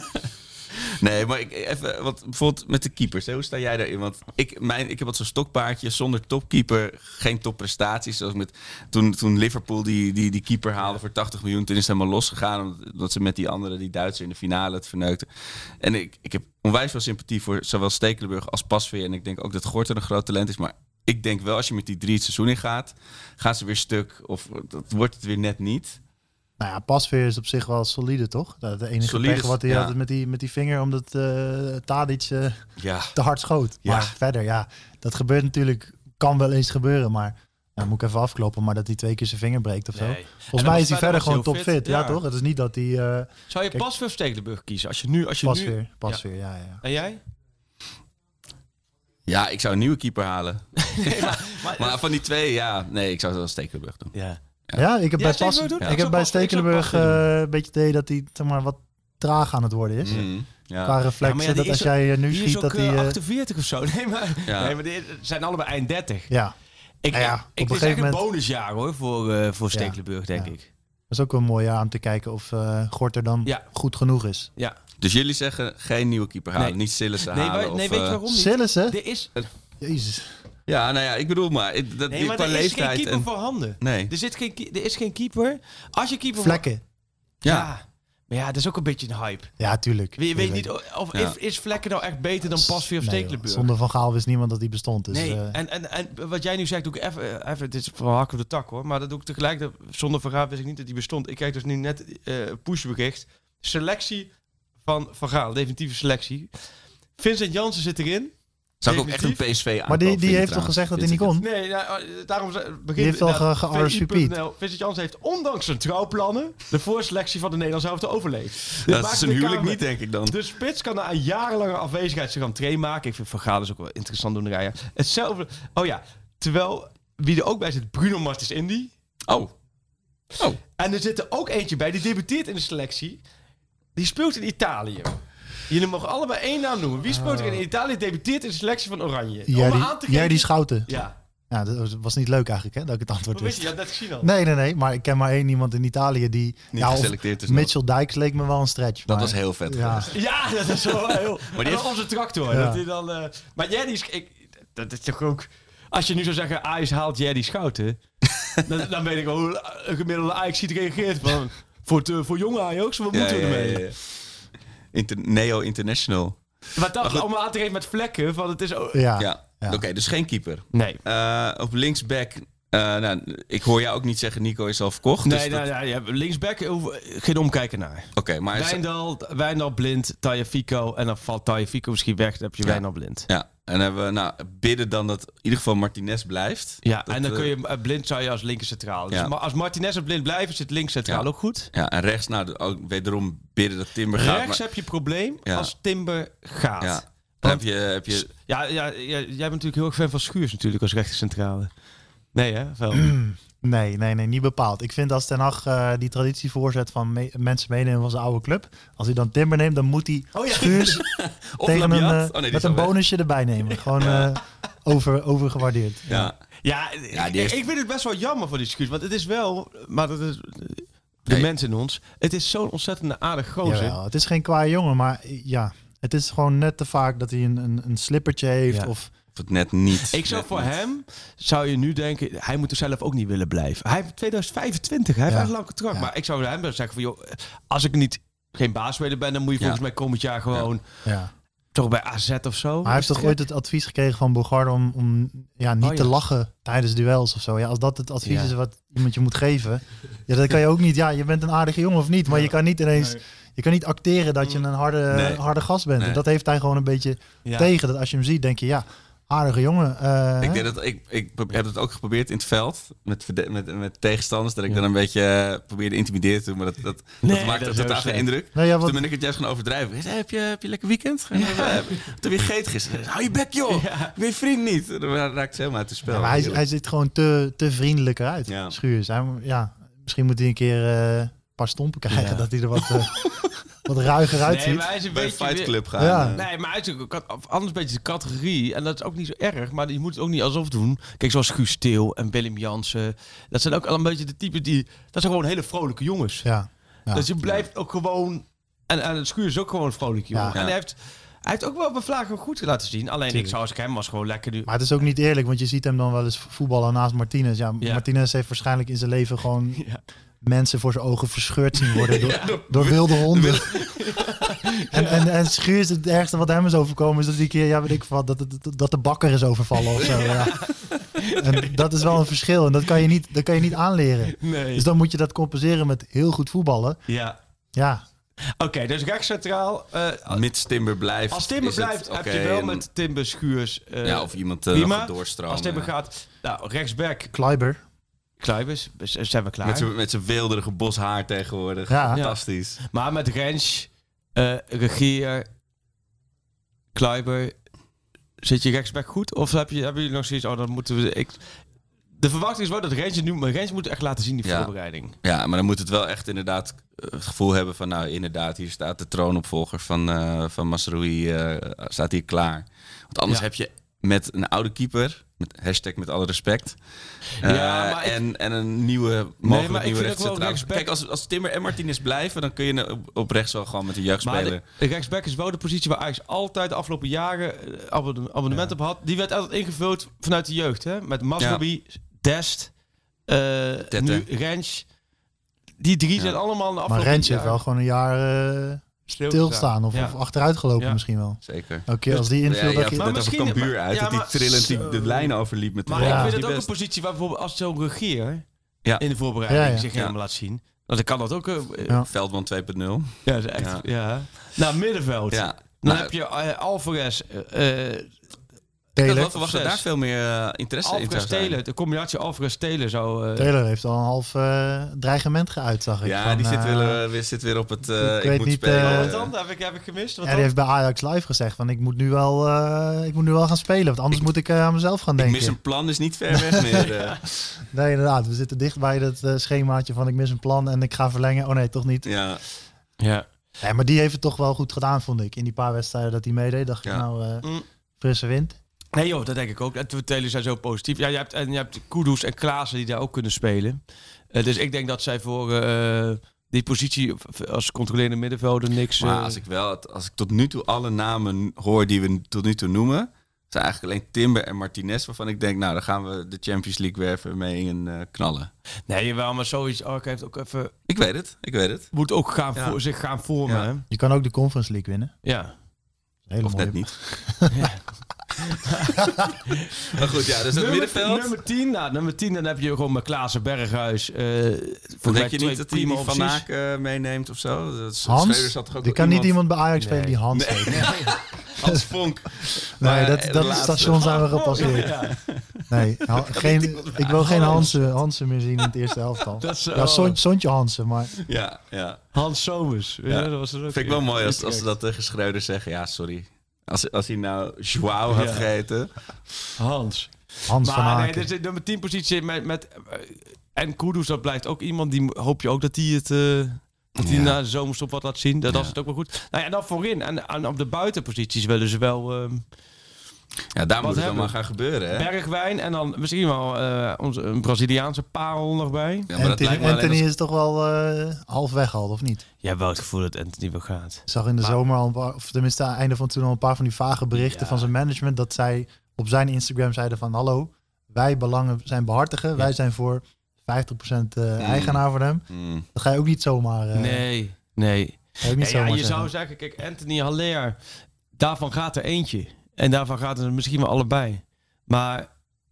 Nee, maar want bijvoorbeeld met de keepers, hoe sta jij daarin? Want ik heb wat zo'n stokpaardje zonder topkeeper, geen topprestaties. Zoals toen Liverpool die keeper haalde voor 80 miljoen, toen is het helemaal losgegaan. Omdat ze met die andere, die Duitser in de finale het verneukten. En ik heb onwijs veel sympathie voor zowel Stekelenburg als Pasveer. En ik denk ook dat Gorter een groot talent is. Maar ik denk wel, als je met die 3 het seizoen in gaat, gaan ze weer stuk. Of dat wordt het weer net niet. Nou ja, Pasveer is op zich wel solide, toch? De enige pech wat hij had met die vinger, omdat Tadic te hard schoot. Maar verder, dat gebeurt natuurlijk, kan wel eens gebeuren, maar moet ik even afkloppen, maar dat hij 2 keer zijn vinger breekt of zo. Volgens mij is hij verder gewoon topfit, ja toch? Het is niet dat hij... Zou je Pasveer of Stekelenburg kiezen? Pasveer, ja. En jij? Ja, ik zou een nieuwe keeper halen. maar van die 2, ik zou wel Stekelenburg doen. Ja, ik heb bij Stekelenburg een beetje het idee dat hij wat traag aan het worden is. Qua reflexen, dat als jij nu schiet dat hij... 48 of zo. Nee, maar die zijn allebei eind 30. Ja. Ik is echt een bonusjaar hoor, voor Stekelenburg, denk ik. Dat is ook wel mooi aan te kijken of Gorter dan goed genoeg is. Ja. Dus jullie zeggen geen nieuwe keeper halen, niet Sillissen halen? Nee, weet je waarom niet? Sillissen? Er is... Jezus. Ja, nou ja, ik bedoel maar... er is geen keeper voorhanden. Nee. Er is geen keeper. Als je keeper... Vlekken. Ja. Maar dat is ook een beetje een hype. Ja, tuurlijk. Je weet niet of is Vlekken nou echt beter dan Pasveer of Stekelenburg? Zonder Van Gaal wist niemand dat hij bestond. Dus, nee, en wat jij nu zegt, doe ik even dit is van hak op de tak hoor, maar dat doe ik tegelijk. Zonder Van Gaal wist ik niet dat hij bestond. Ik kijk dus nu net pushbericht. Selectie van Van Gaal, definitieve selectie. Vincent Janssen zit erin. Zou ik ook echt een PSV aan. Maar die heeft toch gezegd dat hij niet kon? Nee, daarom begint... Die heeft wel ge-RSVP'd. Vincent Janssen heeft ondanks zijn trouwplannen de voorselectie van de Nederlandse elftal overleefd. Dat is een huwelijk niet, denk ik dan. De spits kan na een jarenlange afwezigheid zich aan train maken. Ik vind Van Gaal is ook wel interessant doen rijden. Hetzelfde... Oh ja, terwijl wie er ook bij zit, Bruno Martins Indy. Oh. En er zit er ook eentje bij, die debuteert in de selectie. Die speelt in Italië. Jullie mogen allebei 1 naam noemen. Wie speelt er in Italië debuteert in de selectie van Oranje? Jij die Schouten. Ja. Ja, dat was niet leuk eigenlijk, hè, dat ik het antwoord wist. Je had net gezien al. Nee, maar ik ken maar 1 iemand in Italië die... Niet geselecteerd is. Mitchell Dijks leek me wel een stretch. Dat was heel vet. Ja, dat is wel heel... Maar die heeft onze tractor. Ja. Dat hij dan, maar Jerry is... Dat is toch ook... Als je nu zou zeggen, Ajax haalt Jerry Schouten... dan weet ik wel hoe een gemiddelde Ajax reageert van... Voor jonge Ajax, wat moeten we ermee? Neo International. Maar dat, om aan te geven met vlekken, van het is... Ja. Oké, dus geen keeper. Nee. Op linksback... ik hoor jou ook niet zeggen, Nico is al verkocht. Nee, dus linksback, geen omkijken naar. Oké, maar... Wijndal, Blind, Tagliafico. En dan valt Tagliafico misschien weg, dan heb je Wijndal, Blind. Ja, en hebben we bidden dan dat in ieder geval Martinez blijft. Ja, en dan kun je Blind zou je als linker centraal. Dus als Martinez en Blind blijven, zit links centraal ook goed. Ja, en rechts, ook wederom bidden dat Timber gaat. Rechts heb je probleem als Timber gaat. Ja. Dan heb je... Ja, jij bent natuurlijk heel erg fan van Schuurs natuurlijk als rechtercentrale. Nee, hè? Wel. Nee, niet bepaald. Ik vind als Ten Hag die traditie voorzet van mensen meenemen van zijn oude club. Als hij dan Timber neemt, dan moet hij Schuurs tegen met een bonusje erbij nemen. Gewoon overgewaardeerd. Ja, ik vind het best wel jammer voor die Schuurs. Want het is wel... Maar dat is... De mensen in ons. Het is zo'n ontzettend aardig gozer. Jawel, het is geen kwaaie jongen, maar ja... Het is gewoon net te vaak dat hij een slippertje heeft of het net niet. Ik zou voor hem, zou je nu denken, hij moet er zelf ook niet willen blijven. Hij heeft 2025, hij heeft echt lang contract. Ja. Maar ik zou hem zeggen van, joh, als ik geen baasspeler ben, dan moet je volgens mij komend jaar gewoon toch bij AZ of zo. Maar hij heeft toch ooit het advies gekregen van Bogarde om niet te lachen tijdens duels of zo. Ja, als dat het advies is wat iemand je moet geven, dan kan je ook niet. Ja, je bent een aardige jongen of niet, maar je kan niet ineens. Nee. Je kan niet acteren dat je een harde gast bent. Nee. En dat heeft hij gewoon een beetje tegen. Dat als je hem ziet, denk je, aardige jongen. Ik denk dat ik heb het ook geprobeerd in het veld met tegenstanders. Dat ik dan een beetje probeerde intimideren te doen. Maar dat maakte totaal geen indruk. Nee, dus toen ben ik het juist gaan overdrijven. Heb je lekker weekend? Toen weer gegeten gisteren. Hou je bek, joh. Ik ben je vriend niet. Dan raakt ze helemaal uit het spel. Ja, maar hij ziet gewoon te vriendelijk uit. Ja. Schuurs. Misschien moet hij een keer een paar stompen krijgen. Dat hij er wat ruiger uitziet. Maar hij is een bij beetje Fight Club gaan. Ja. Nee, maar hij is anders een beetje de categorie. En dat is ook niet zo erg. Maar je moet het ook niet alsof doen. Kijk, zoals Guus Til en Willem Jansen. Dat zijn ook al een beetje de typen die... Dat zijn gewoon hele vrolijke jongens. Ja. Dus je blijft ook gewoon... En het Schuur is ook gewoon een vrolijke jongen. Ja. En hij heeft ook wel bevlagen goed laten zien. Alleen ik zou als ik hem was gewoon lekker nu. Maar het is ook niet eerlijk. Want je ziet hem dan wel eens voetballen naast Martinez. Ja, Martinez heeft waarschijnlijk in zijn leven gewoon... mensen voor zijn ogen verscheurd zien worden door wilde honden. En Schuurs, het ergste wat hem is overkomen is dat die keer, weet ik wat, dat de bakker is overvallen of zo. Ja. En dat is wel een verschil en dat kan je niet aanleren. Nee. Dus dan moet je dat compenseren met heel goed voetballen. Ja. Oké, dus rechtscentraal. Mits Timber blijft. Als Timber blijft, heb je wel met Timber, Schuurs. Of iemand nog doorstromen. Als Timber gaat, rechtsback. Kluivers, zijn we klaar. Met zijn weelderige boshaar tegenwoordig. Ja. Fantastisch. Ja. Maar met Rens, Regier, Kluiber, zit je rechtsback goed? Of hebben jullie nog zoiets? Dan moeten we... De verwachting is wel dat Rens moet echt laten zien die voorbereiding. Ja, maar dan moet het wel echt inderdaad het gevoel hebben van... Nou, inderdaad, hier staat de troonopvolger van Mazraoui, staat hier klaar. Want anders heb je met een oude keeper... Met alle respect. En een nieuwe rechtscentraal. Kijk, als Timber en Martinez blijven... dan kun je op rechts wel gewoon met een jeugdspeler... Maar de rechtsback is wel de positie waar Ajax altijd de afgelopen jaren abonnement op had. Die werd altijd ingevuld vanuit de jeugd. Hè? Met Mazraoui, Dest, nu Rens. Die drie zijn allemaal de afgelopen Maar Rens heeft wel gewoon een jaar... stilstaan of achteruit gelopen misschien wel. Zeker. Oké, als die inviel... dat er Cambuur uit, dat die trillend de lijn overliep. Met maar ik vind het ook een positie waar bijvoorbeeld als zo'n Regier in de voorbereiding zich helemaal laat zien. Dan kan dat ook... Veldman 2.0. Ja, dat is echt... Ja. Nou, middenveld. Ja. Dan heb je Alvarez... Ik verwacht dat daar veel meer interesse in zou zijn. De combinatie Alvarez-Taylor zou... Taylor heeft al een half dreigement geuit, zag ik. Ja, die zit weer op het ik moet niet, spelen. Wat dan? Heb ik gemist? Die heeft bij Ajax Live gezegd van ik moet nu wel gaan spelen. Want anders moet ik aan mezelf gaan denken. Ik mis een plan is niet ver weg meer. Nee, inderdaad. We zitten dicht bij dat schemaatje van ik mis een plan en ik ga verlengen. Oh nee, toch niet. Ja. Ja, maar die heeft het toch wel goed gedaan, vond ik. In die paar wedstrijden dat hij meedeed, dacht ik frisse wind. Nee joh, dat denk ik ook. En de telen zijn zo positief. Ja, je hebt Kudus en Klaassen die daar ook kunnen spelen. Dus ik denk dat zij voor die positie als controlerende middenvelder niks... Maar als ik tot nu toe alle namen hoor die we tot nu toe noemen... zijn eigenlijk alleen Timber en Martinez... waarvan ik denk, nou, dan gaan we de Champions League weer even mee in knallen. Nee, jawel, maar zoiets... heeft ook even... Ik weet het. Moet ook zich gaan vormen. Ja. Hè? Je kan ook de Conference League winnen. Ja. Of net niet. Ja. Maar goed, ja, dus het middenveld. Nummer 10, dan heb je gewoon met Klaassen, Berghuis. Denk je niet dat hij die Van Aken meeneemt of zo? Hans? Er kan niet iemand bij Ajax spelen die Hans heet. Hans Vonk. Nee, dat station zijn we gepasseerd. Ja. Nee, ik wil geen Hansen meer zien in het eerste elftal. Sontje Hansen, maar... Ja. Hans Somers. Ja. Dat was vind ik wel mooi als ze dat tegen Schreuder zeggen. Ja, sorry. Als hij nou Joao had gegeten. Hans van Aken. Nee, dus nummer 10 positie met en Kudus, dat blijft ook iemand die hoop je ook dat hij het die na de zomerstop wat laat zien. Dat is het ook wel goed. Nou ja, dan voorin en op de buitenposities willen ze wel. Daar moet het dan maar gaan gebeuren. Hè? Bergwijn en dan misschien wel een Braziliaanse parel nog bij. Ja, maar Anthony is toch wel half weggehaald, of niet? Jij hebt wel het gevoel dat Anthony wel gaat. Ik zag in de zomer al of tenminste aan het einde van toen al een paar van die vage berichten van zijn management dat zij op zijn Instagram zeiden van hallo, wij belangen zijn behartigen, wij zijn voor 50% eigenaar van hem. Dat ga je ook niet zomaar... Nee. Je zou zeggen, kijk, Anthony Haller, daarvan gaat er eentje. En daarvan gaat het misschien wel allebei. Maar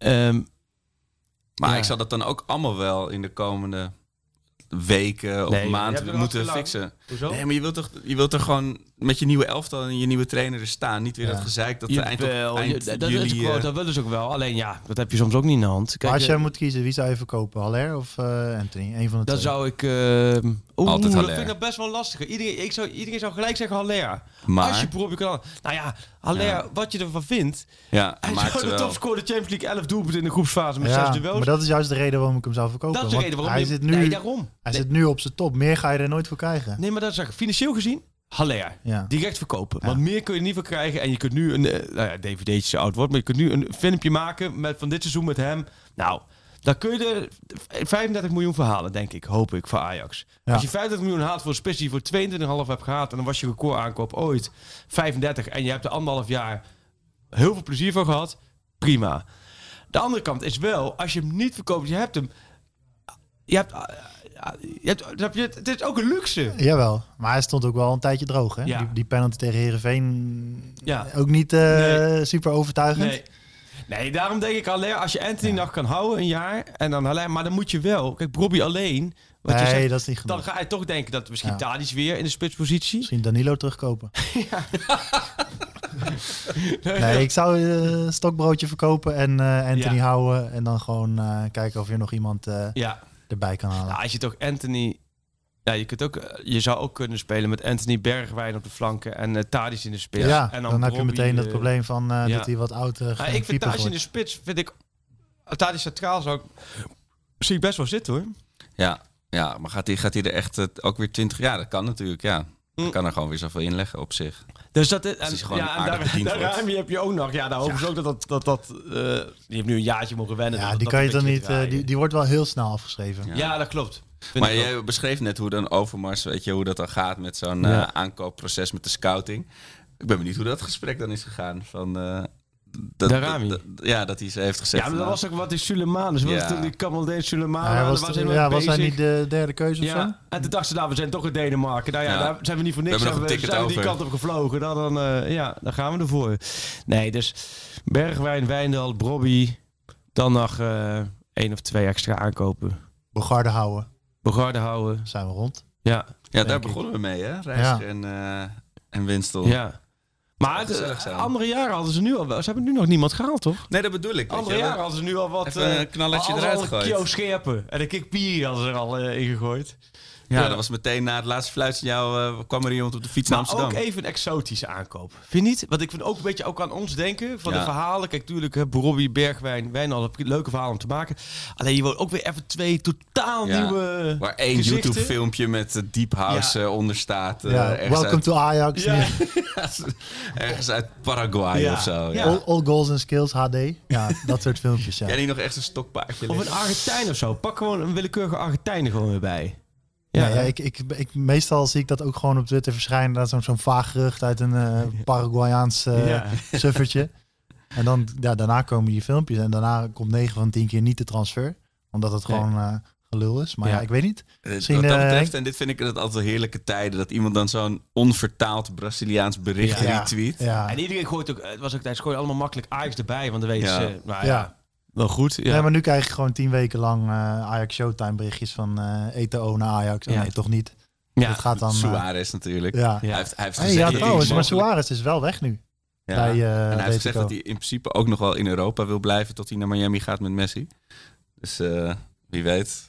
ik zal dat dan ook allemaal wel in de komende weken of maanden moeten fixen. Hoezo? Nee, maar je wilt er gewoon met je nieuwe elftal en je nieuwe trainer er staan. Niet weer dat gezeik dat eind juli... Dat willen ze ook wel. Alleen dat heb je soms ook niet in de hand. Kijk, maar als jij moet kiezen, wie zou je verkopen? Haller of Anthony? Een van de twee. Dan zou ik... Altijd Haller. Dat vind ik dat best wel lastig. Iedereen zou gelijk zeggen Haller. Maar... Als je probeert kan... Nou ja, Haller, wat je ervan vindt... Ja, hij zou de topscorer de Champions League 11 doelpunten in de groepsfase met 6 duels. Maar dat is juist de reden waarom ik hem zou verkopen. Dat is de reden waarom hij zit nu op zijn top. Meer ga je er nooit voor krijgen. Nee, maar dat zeg ik. Financieel gezien... Haller, direct verkopen. Want meer kun je niet voor krijgen. En je kunt nu een DVD'tje oud wordt, maar je kunt nu een filmpje maken van dit seizoen met hem. Nou, dan kun je er 35 miljoen verhalen, denk ik, hoop ik, voor Ajax. Ja. Als je 35 miljoen haalt voor een spits die voor 22,5 hebt gehaald en dan was je record aankoop ooit 35 en je hebt er 1,5 jaar heel veel plezier van gehad, prima. De andere kant is wel, als je hem niet verkoopt, je hebt hem... Het is ook een luxe. Jawel, maar hij stond ook wel een tijdje droog. Hè? Ja. Die penalty tegen Heerenveen ook niet super overtuigend. Nee, daarom denk ik alleen als je Anthony nog kan houden een jaar en dan alleen, maar dan moet je wel. Kijk, Bobby alleen. Wat je zegt, dat is niet genoeg. Dan ga je toch denken dat misschien Tadic weer in de spitspositie. Misschien Danilo terugkopen. Nee, ik zou een stokbroodje verkopen en Anthony houden en dan gewoon kijken of je nog iemand erbij kan halen. Nou, als je toch Anthony... Ja, je zou ook kunnen spelen met Anthony Bergwijn op de flanken en Tadic in de spits. Ja, en dan heb je meteen het probleem van dat hij wat oud ik vind Tadic in de spits, Tadic centraal zie ik best wel zitten hoor. Ja, maar gaat hij er echt ook weer 20 jaar? Dat kan natuurlijk, ja. Dan kan er gewoon weer zoveel inleggen op zich. Dus dat is gewoon daar ruim heb je ook nog. Ja, daar hopen ze ook dat die heeft nu een jaartje mogen wennen. Ja, die kan je dan niet. Die wordt wel heel snel afgeschreven. Ja, dat klopt. Maar jij beschreef net hoe dan Overmars, weet je, hoe dat dan gaat met zo'n aankoopproces met de scouting. Ik ben benieuwd hoe dat gesprek dan is gegaan van... dat hij ze heeft gezegd. Ja, maar dat was ook wat die Suleiman. Die Kamaldeen Suleiman. Was hij niet de derde keuze of zo? En toen dachten ze, we zijn toch in Denemarken. Nou ja, daar zijn we niet voor niks. We zijn die kant op gevlogen. Dan gaan we ervoor. Nee, dus Bergwijn, Wijndal, Brobby. Dan nog 1 of 2 extra aankopen. Begarde houden. Zijn we rond. Ja, daar begonnen we mee, hè? Reiziger en Winstel. Ja. Maar de andere jaren hadden ze nu al wel. Ze hebben nu nog niemand gehaald, toch? Nee, dat bedoel ik. Andere jaren hadden ze nu al wat... Even een knalletje eruit gegooid. Kio Scherpen en een Kik Piri hadden ze er al in gegooid. Ja, dat was meteen na het laatste fluitsignaal kwam er iemand op de fiets naar Amsterdam. Maar ook even een exotische aankoop. Vind je niet? Want ik vind ook een beetje ook aan ons denken van de verhalen. Kijk, natuurlijk, Robbie, Bergwijn, Wijnald, leuke verhalen om te maken. Alleen je wil ook weer even 2 totaal nieuwe waar 1 YouTube-filmpje met Deep House onder staat. Welcome to Ajax. Ja. Ergens uit Paraguay of zo. Ja. All Goals and Skills HD. Ja, dat soort filmpjes. Ja. Jij niet nog echt een stokpaardje? Of een Argentijn of zo. Pak gewoon een willekeurige Argentijn er gewoon weer bij. Ik meestal zie ik dat ook gewoon op Twitter verschijnen. Dat zo'n vaag gerucht uit een Paraguayaans suffertje. En dan daarna komen die filmpjes. En daarna komt 9 van 10 keer niet de transfer. Omdat het gewoon gelul is. Maar ik weet niet. Misschien, wat dat betreft, en dit vind ik het altijd heerlijke tijden. Dat iemand dan zo'n onvertaald Braziliaans bericht retweet. Ja. En iedereen gooit ook, het was ook tijdens gooi allemaal makkelijk Ajax erbij. Want dan weten ze, wel goed. Ja. Nee, maar nu krijg je gewoon 10 weken lang Ajax Showtime berichtjes van Eto'o naar Ajax. Nee, toch niet. Ja, het gaat dan Suarez natuurlijk. Ja. Hij heeft gezegd maar Suarez is wel weg nu. Ja. En hij heeft gezegd dat hij in principe ook nog wel in Europa wil blijven tot hij naar Miami gaat met Messi. Dus wie weet.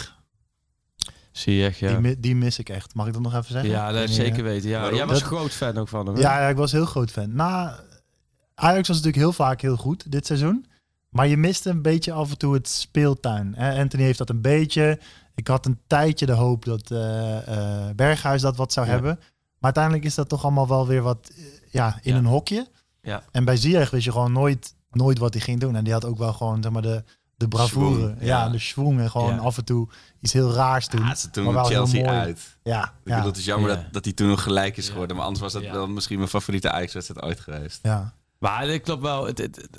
Ziyech, ja. Die mis ik echt. Mag ik dat nog even zeggen? Ja, dat zeker weten. Ja. Jij was groot fan ook van hem. Hè? Ja, ik was heel groot fan. Ajax was natuurlijk heel vaak heel goed dit seizoen. Maar je miste een beetje af en toe het speeltuin. Anthony heeft dat een beetje. Ik had een tijdje de hoop dat Berghuis dat wat zou hebben. Maar uiteindelijk is dat toch allemaal wel weer wat in een hokje. Ja. En bij Ziyech wist je gewoon nooit wat hij ging doen. En die had ook wel gewoon zeg maar de bravoure. De schwung en gewoon af en toe iets heel raars doen. Ja, ze toen Chelsea uit. Ja. Ik bedoel, het is jammer dat hij toen nog gelijk is geworden. Maar anders was dat wel misschien mijn favoriete Ajax-wedstrijd ooit geweest. Ja. Maar dat klopt wel.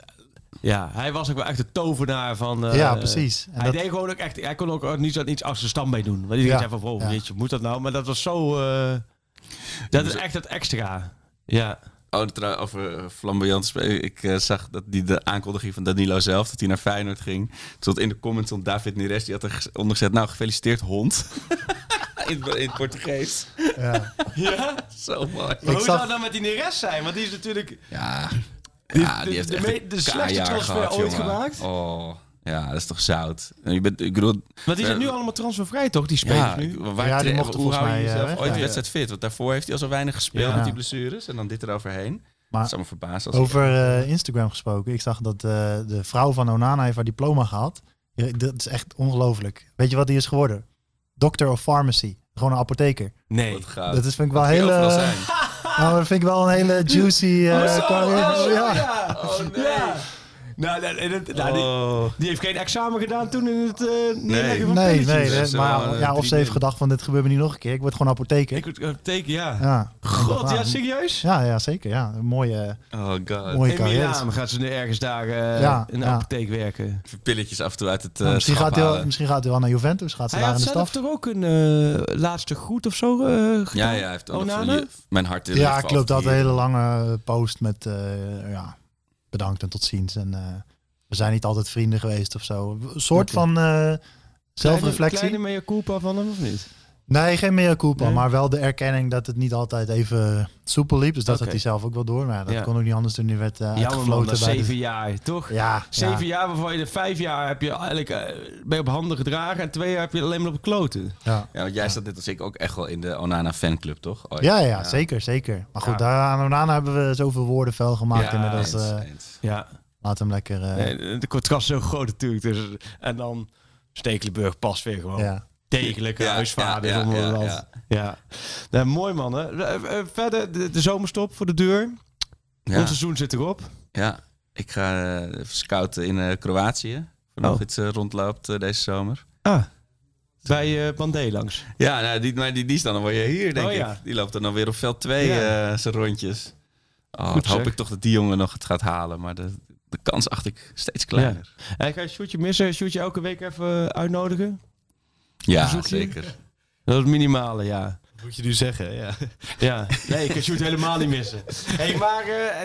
Hij was ook wel echt de tovenaar van... ja, precies. En hij deed gewoon ook echt... Hij kon ook niet iets achter zijn stambeet doen. Want iedereen zei van, weet je, moet dat nou? Maar dat was zo... dat is echt het extra. Ja. Over flamboyant spelen. Ik zag dat de aankondiging van Danilo zelf, dat hij naar Feyenoord ging. Stond in de comments van David Neres, die had eronder gezet, nou, gefeliciteerd hond. in het Portugees. Ja? Zo mooi. Maar hoe zou het dan met die Neres zijn? Want die is natuurlijk... die heeft echt de slechtste transfer ooit gemaakt. Oh, ja, dat is toch zout. Want die zijn nu allemaal transfervrij, toch? Die spelers nu? Die mochten volgens mij ooit de wedstrijd fit. Want daarvoor heeft hij al zo weinig gespeeld met die blessures. En dan dit eroverheen. Maar dat zou me verbazen. Over Instagram gesproken. Ik zag dat de vrouw van Onana heeft haar diploma gehad. Dat is echt ongelooflijk. Weet je wat die is geworden? Doctor of Pharmacy. Gewoon een apotheker. Nee. Dat vind ik wel heel... Nou, dat vind ik wel een hele juicy carrière. Die heeft geen examen gedaan toen in het neerleggen van pilletjes. Maar of ze heeft gedacht van dit gebeurt me niet nog een keer. Ik word gewoon apotheker. Ik word apotheker, ja. God, ja, serieus? Ja, zeker. Ja, een mooie carrière. In Milaan gaat ze nu ergens daar in de apotheek werken. Even pilletjes af en toe uit het misschien gaat hij wel naar Juventus. Gaat ze daar in de staf. Hij had zelf toch ook een laatste groet of zo gedaan? Ja, hij heeft ook mijn hart in ik klopt dat een hele lange post met bedankt en tot ziens. En we zijn niet altijd vrienden geweest of zo. Een soort van zelfreflectie. Kleine mea culpa van hem of niet? Nee, geen mea culpa. Nee. Maar wel de erkenning dat het niet altijd even soepel liep. Dus dat had hij zelf ook wel door. Maar dat kon ook niet anders toen hij werd uitgefloten. 7 jaar, toch? Ja. 7 jaar waarvan je de 5 jaar heb je eigenlijk ben je op handen gedragen. En 2 jaar heb je alleen maar op kloten. Ja, want jij zat dit als ik ook echt wel in de Onana fanclub, toch? Ooit. Ja, zeker. Maar goed, daar aan Onana hebben we zoveel woorden vuil gemaakt inmiddels. Laat hem lekker... de contrast is zo groot natuurlijk. Dus, en dan Stekelenburg past weer gewoon. Degelijke huisvader. Nou, mooi man. Hè? Verder de zomerstop voor de deur. Ons seizoen zit erop. Ja, ik ga even scouten in Kroatië. Voor nog iets rondloopt deze zomer. Bij Bandé langs. Ja, nou, die is dan weer hier, denk ik. Die loopt dan weer op veld 2 zijn rondjes. Goed, hoop ik toch dat die jongen nog het gaat halen. Maar de kans acht ik steeds kleiner. Ja. Ga je Sjoerdje missen? Sjoerdje elke week even uitnodigen? Ja, zeker. Dat is het minimale, ja. Dat moet je nu zeggen, ja. Nee, ik kan Sjoerd helemaal niet missen. Hey, maar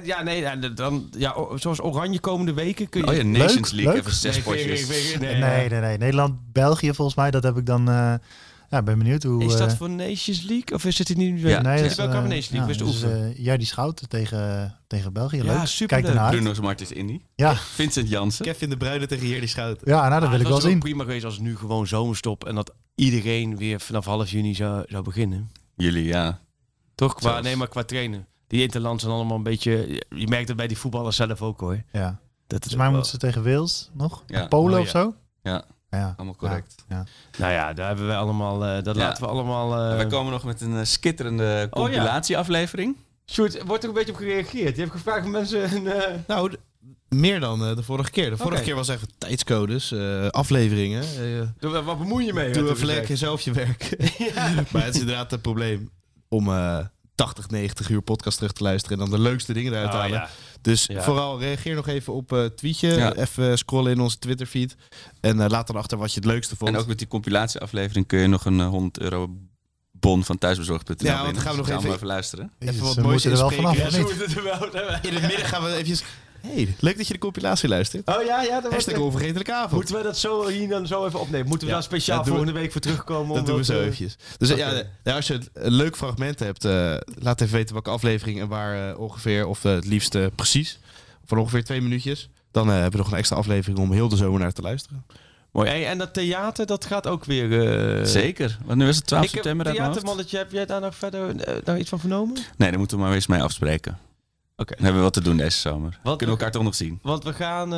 zoals Oranje komende weken kun je... Nations League, even 6 potjes. Nee. Nederland, België volgens mij, dat heb ik dan... ben benieuwd hoe... Is dat voor Nations League? Of is het niet... Ja, nee, zit bij elkaar voor Nations League? Die schout tegen België. Ja, leuk. Super Kijk ernaar. Bruno Martins Indy. Ja. Vincent Janssen. Kevin de Bruyne tegen Jerdy Schouten. Ja, dat wil ik wel zien. Het prima geweest als nu gewoon zomerstop en dat iedereen weer vanaf half juni zou beginnen. Jullie, ja. Toch? Qua trainen. Die interland zijn allemaal een beetje... Je merkt het bij die voetballers zelf ook, hoor. Ja. Volgens mij moeten ze tegen Wales nog. Ja. Polen of zo. Ja. Allemaal correct. Ja. Nou ja, daar hebben wij allemaal... laten we allemaal... Wij komen nog met een skitterende compilatieaflevering. Sjoerd, wordt er een beetje op gereageerd? Je hebt gevraagd of mensen... Nou, meer dan de vorige keer. De vorige keer was echt tijdscodes, afleveringen. Wat bemoei je mee? Doe even lekker zelf je werk. Maar het is inderdaad het probleem om 80, 90 uur podcast terug te luisteren... en dan de leukste dingen eruit te halen. Ja. Dus vooral reageer nog even op tweetje. Ja. Even scrollen in onze Twitterfeed. En laat dan achter wat je het leukste vond. En ook met die compilatieaflevering kun je nog een €100 bon van thuisbezorg.nl. Ja, want dan gaan we nog even luisteren. Even wat moois in de in het midden gaan we eventjes... Hey, leuk dat je de compilatie luistert. Oh ja, dat was een onvergetelijke avond. Moeten we dat hier dan zo even opnemen? Moeten we daar speciaal volgende week voor terugkomen? Dat doen we zo eventjes. Dus als je een leuk fragment hebt, laat even weten welke aflevering en waar ongeveer, of het liefst precies, van ongeveer 2 minuutjes. Dan hebben we nog een extra aflevering om heel de zomer naar te luisteren. Mooi. En dat theater, dat gaat ook weer... Zeker. Want nu is het 12 september. Theatermannetje, heb jij daar nog verder iets van vernomen? Nee, daar moeten we maar eens mee afspreken. Okay. Dan hebben we wat te doen deze zomer. Kunnen we elkaar toch nog zien? Want we gaan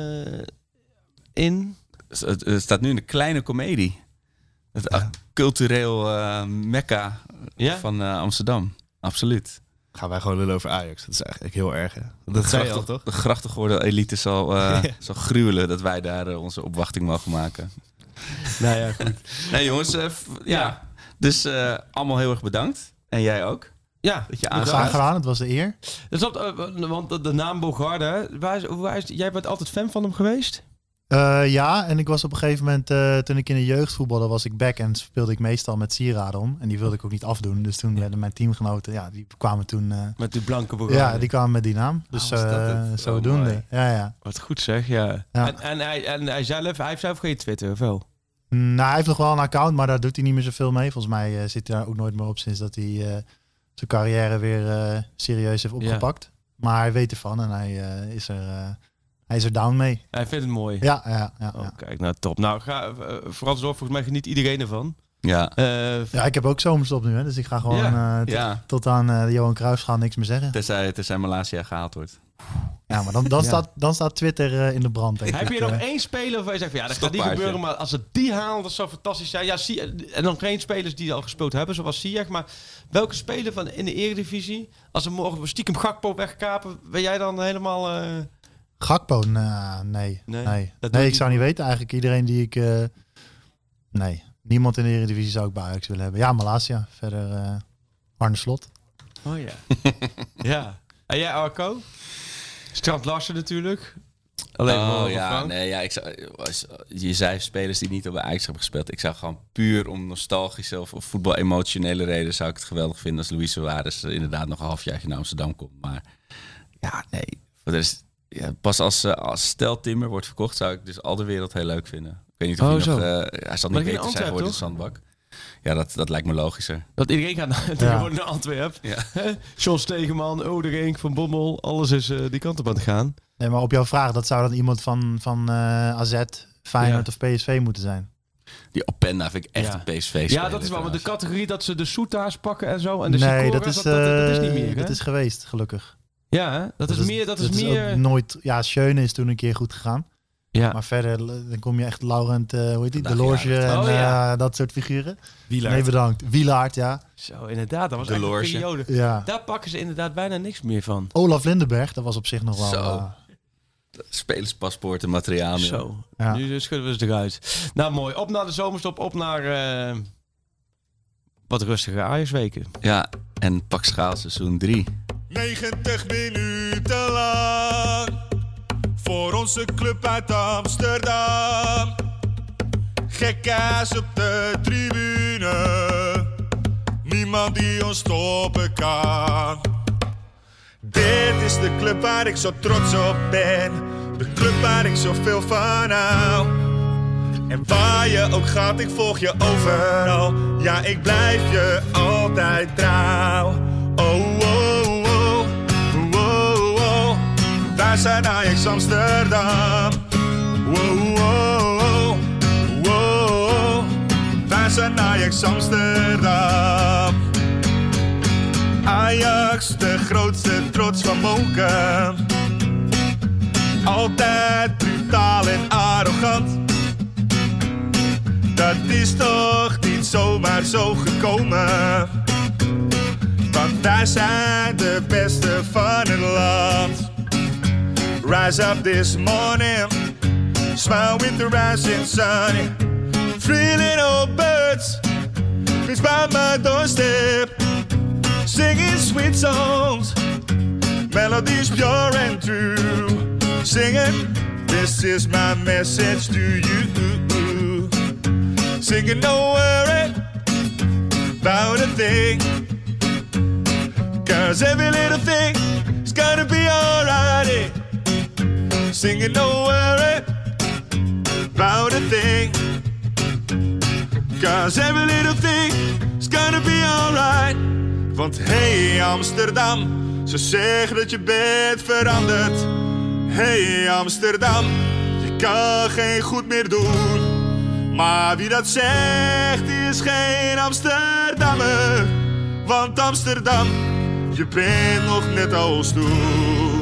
in... Het staat nu in de Kleine Comedie. Het cultureel mekka van Amsterdam. Absoluut. Gaan wij gewoon lullen over Ajax. Dat is eigenlijk heel erg, hè? Dat zei je al, toch? De grachtengordel elite zal gruwelen dat wij daar onze opwachting mogen maken. Nou ja, goed. Nee jongens, dus allemaal heel erg bedankt. En jij ook. Ja, dat je aangaan. Het was de eer. Want de naam Bogarde, jij bent altijd fan van hem geweest? Ja, en ik was op een gegeven moment, toen ik in de jeugd voetbalde, was ik back en speelde ik meestal met sieraden om. En die wilde ik ook niet afdoen. Dus toen werden mijn teamgenoten, die kwamen toen... met die blanke Bogarde? Ja, die kwamen met die naam. Dus zodoende. Ja. Wat goed zeg, ja. En hij heeft zelf geen Twitter, of wel? Nou, hij heeft nog wel een account, maar daar doet hij niet meer zoveel mee. Volgens mij zit hij daar ook nooit meer op sinds dat hij... zijn carrière weer serieus heeft opgepakt. Ja. Maar hij weet ervan en hij is er down mee. Hij vindt het mooi. Ja. Kijk, nou top. Nou, vooral zorg, volgens mij geniet iedereen ervan. Ja. Ik heb ook zomerstop nu, hè, dus ik ga gewoon tot aan de Johan Cruijffschaal niks meer zeggen. Tenzij Malasia gehaald wordt. Ja, maar dan staat Twitter in de brand. Heb je nog één speler waar je zegt van dat gaat niet gebeuren, maar als ze die halen, dat zou fantastisch zijn. Ja, en nog geen spelers die al gespeeld hebben, zoals Ziyech, maar welke speler van in de Eredivisie, als ze morgen stiekem Gakpo wegkapen, ben jij dan helemaal... Gakpo? Nee, ik zou niet weten eigenlijk. Iedereen die ik... niemand in de Eredivisie zou ik bij Ajax willen hebben. Ja, Malasia. Verder Arne Slot. Oh ja. Ja. En jij, Arco? Strand Larsen natuurlijk. Je zei spelers die niet op de Ajax hebben gespeeld. Ik zou gewoon puur om nostalgische of voetbal-emotionele reden zou ik het geweldig vinden als Luis Suarez inderdaad nog een halfjaartje naar Amsterdam komt. Maar pas als Stel Timmer wordt verkocht, zou ik dus al de wereld heel leuk vinden. Ik weet niet of hij zal niet beter zijn geworden in Zandbak. Ja, dat lijkt me logischer. Dat iedereen gaat naar Antwerpen. Ja. John Stegeman, Oderink, Van Bommel, alles is die kant op aan het gaan. Nee, maar op jouw vraag, dat zou dan iemand van AZ, Feyenoord of PSV moeten zijn. Die Openda vind ik echt een PSV-speler. Ja, dat is wel. Maar de categorie dat ze de Soeta's pakken en zo. En de dat is niet meer. Dat is geweest, gelukkig. Ja, dat is meer. Nooit. Ja, Schöne is toen een keer goed gegaan. Ja. Maar verder dan kom je echt Laurent, hoe heet die? De Loge en dat soort figuren. Wielaert. Nee, bedankt. Wielaert, ja. Zo, inderdaad. Dat was echt een periode. Ja. Daar pakken ze inderdaad bijna niks meer van. Olaf Lindenberg, dat was op zich nog wel... Zo. Spelerspaspoort en materiaal. Zo. Ja. Nu schudden we ze eruit. Nou, mooi. Op naar de zomerstop. Op naar wat rustige Ajax-weken. Ja, en pak schaal seizoen 3. 90 minuten lang. Voor onze club uit Amsterdam. Gekkaas op de tribune. Niemand die ons stoppen kan. Dit is de club waar ik zo trots op ben. De club waar ik zoveel van hou. En waar je ook gaat, ik volg je overal. Ja, ik blijf je altijd trouw. Oh, oh, oh, oh, oh, oh. Wij zijn Ajax Amsterdam. Oh, oh, oh, oh, oh. Wij zijn Ajax Amsterdam. Ajax, de grootste trots van Moken. Altijd brutaal en arrogant. Dat is toch niet zomaar zo gekomen. Want wij zijn de beste van het land. Rise up this morning, smile with the rising sun. Three little birds, flew by my doorstep, singing sweet songs, melodies pure and true. Singing, this is my message to you. Singing, don't worry about a thing, 'cause every little thing is gonna be alright. Singing, don't worry about a thing, 'cause every little thing is gonna be alright. Want hey Amsterdam, ze zeggen dat je bent veranderd. Hey Amsterdam, je kan geen goed meer doen. Maar wie dat zegt is geen Amsterdammer. Want Amsterdam, je bent nog net als toen.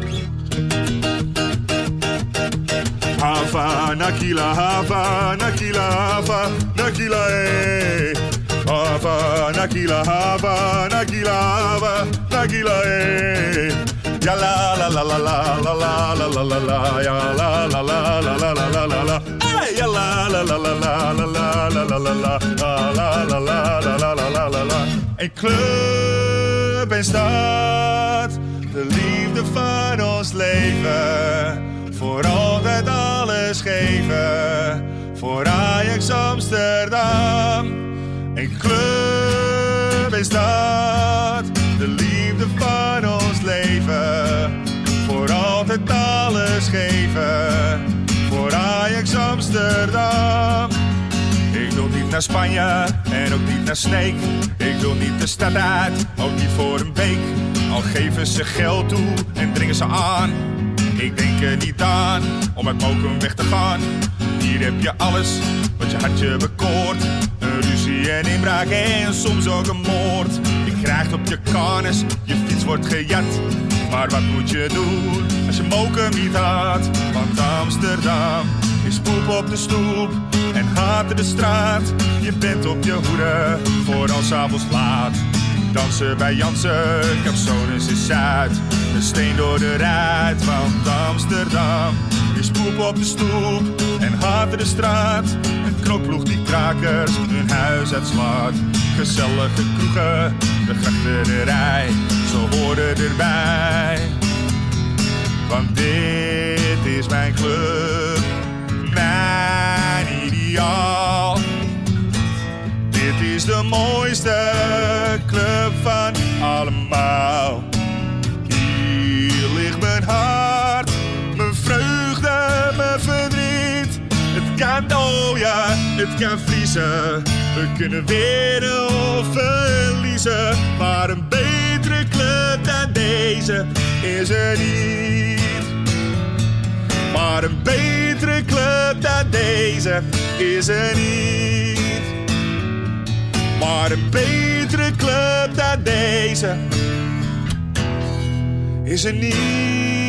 Hava, Nakila, Hava, Nakila, Hava, Nakila, eh. Hava, Nakila, Hava, Nakila, Hava, Nakila, eh. Ja la la la la la la la la la la la, ja la la la la la la la la. Ja la la la la la la la la la la la, la la la la la la la la. Een club en stad, de liefde van ons leven. Voor altijd alles geven, voor Ajax Amsterdam. Een club en stad, de liefde van ons leven. Voor altijd alles geven, voor Ajax Amsterdam. Ik wil niet naar Spanje en ook niet naar Sneek. Ik wil niet de stad uit, ook niet voor een week. Al geven ze geld toe en dringen ze aan. Ik denk er niet aan om uit Moken weg te gaan. Hier heb je alles wat je hartje bekoort. Een ruzie en inbraak en soms ook een moord. Je krijgt op je karnes, je fiets wordt gejat. Maar wat moet je doen als je Moken niet had? Want Amsterdam is poep op de stoep en haat in de straat. Je bent op je hoede voor als 's avonds laat. Dansen bij Jansen, Capsones is Zuid. Een steen door de ruit, want Amsterdam is poep op de stoep en haat in de straat. Een knokploeg die krakers hun huis uitslaat. Gezellige kroegen, de grachterij, ze horen erbij. Want dit is mijn club, mijn ideaal. Dit is de mooiste club van allemaal. Hier ligt mijn hart, mijn vreugde, mijn verdriet. Het kan, oh ja, het kan vriezen. We kunnen winnen of verliezen. Maar een betere club dan deze is er niet. Maar een betere club dan deze is er niet. Maar een betere club dan deze is er niet.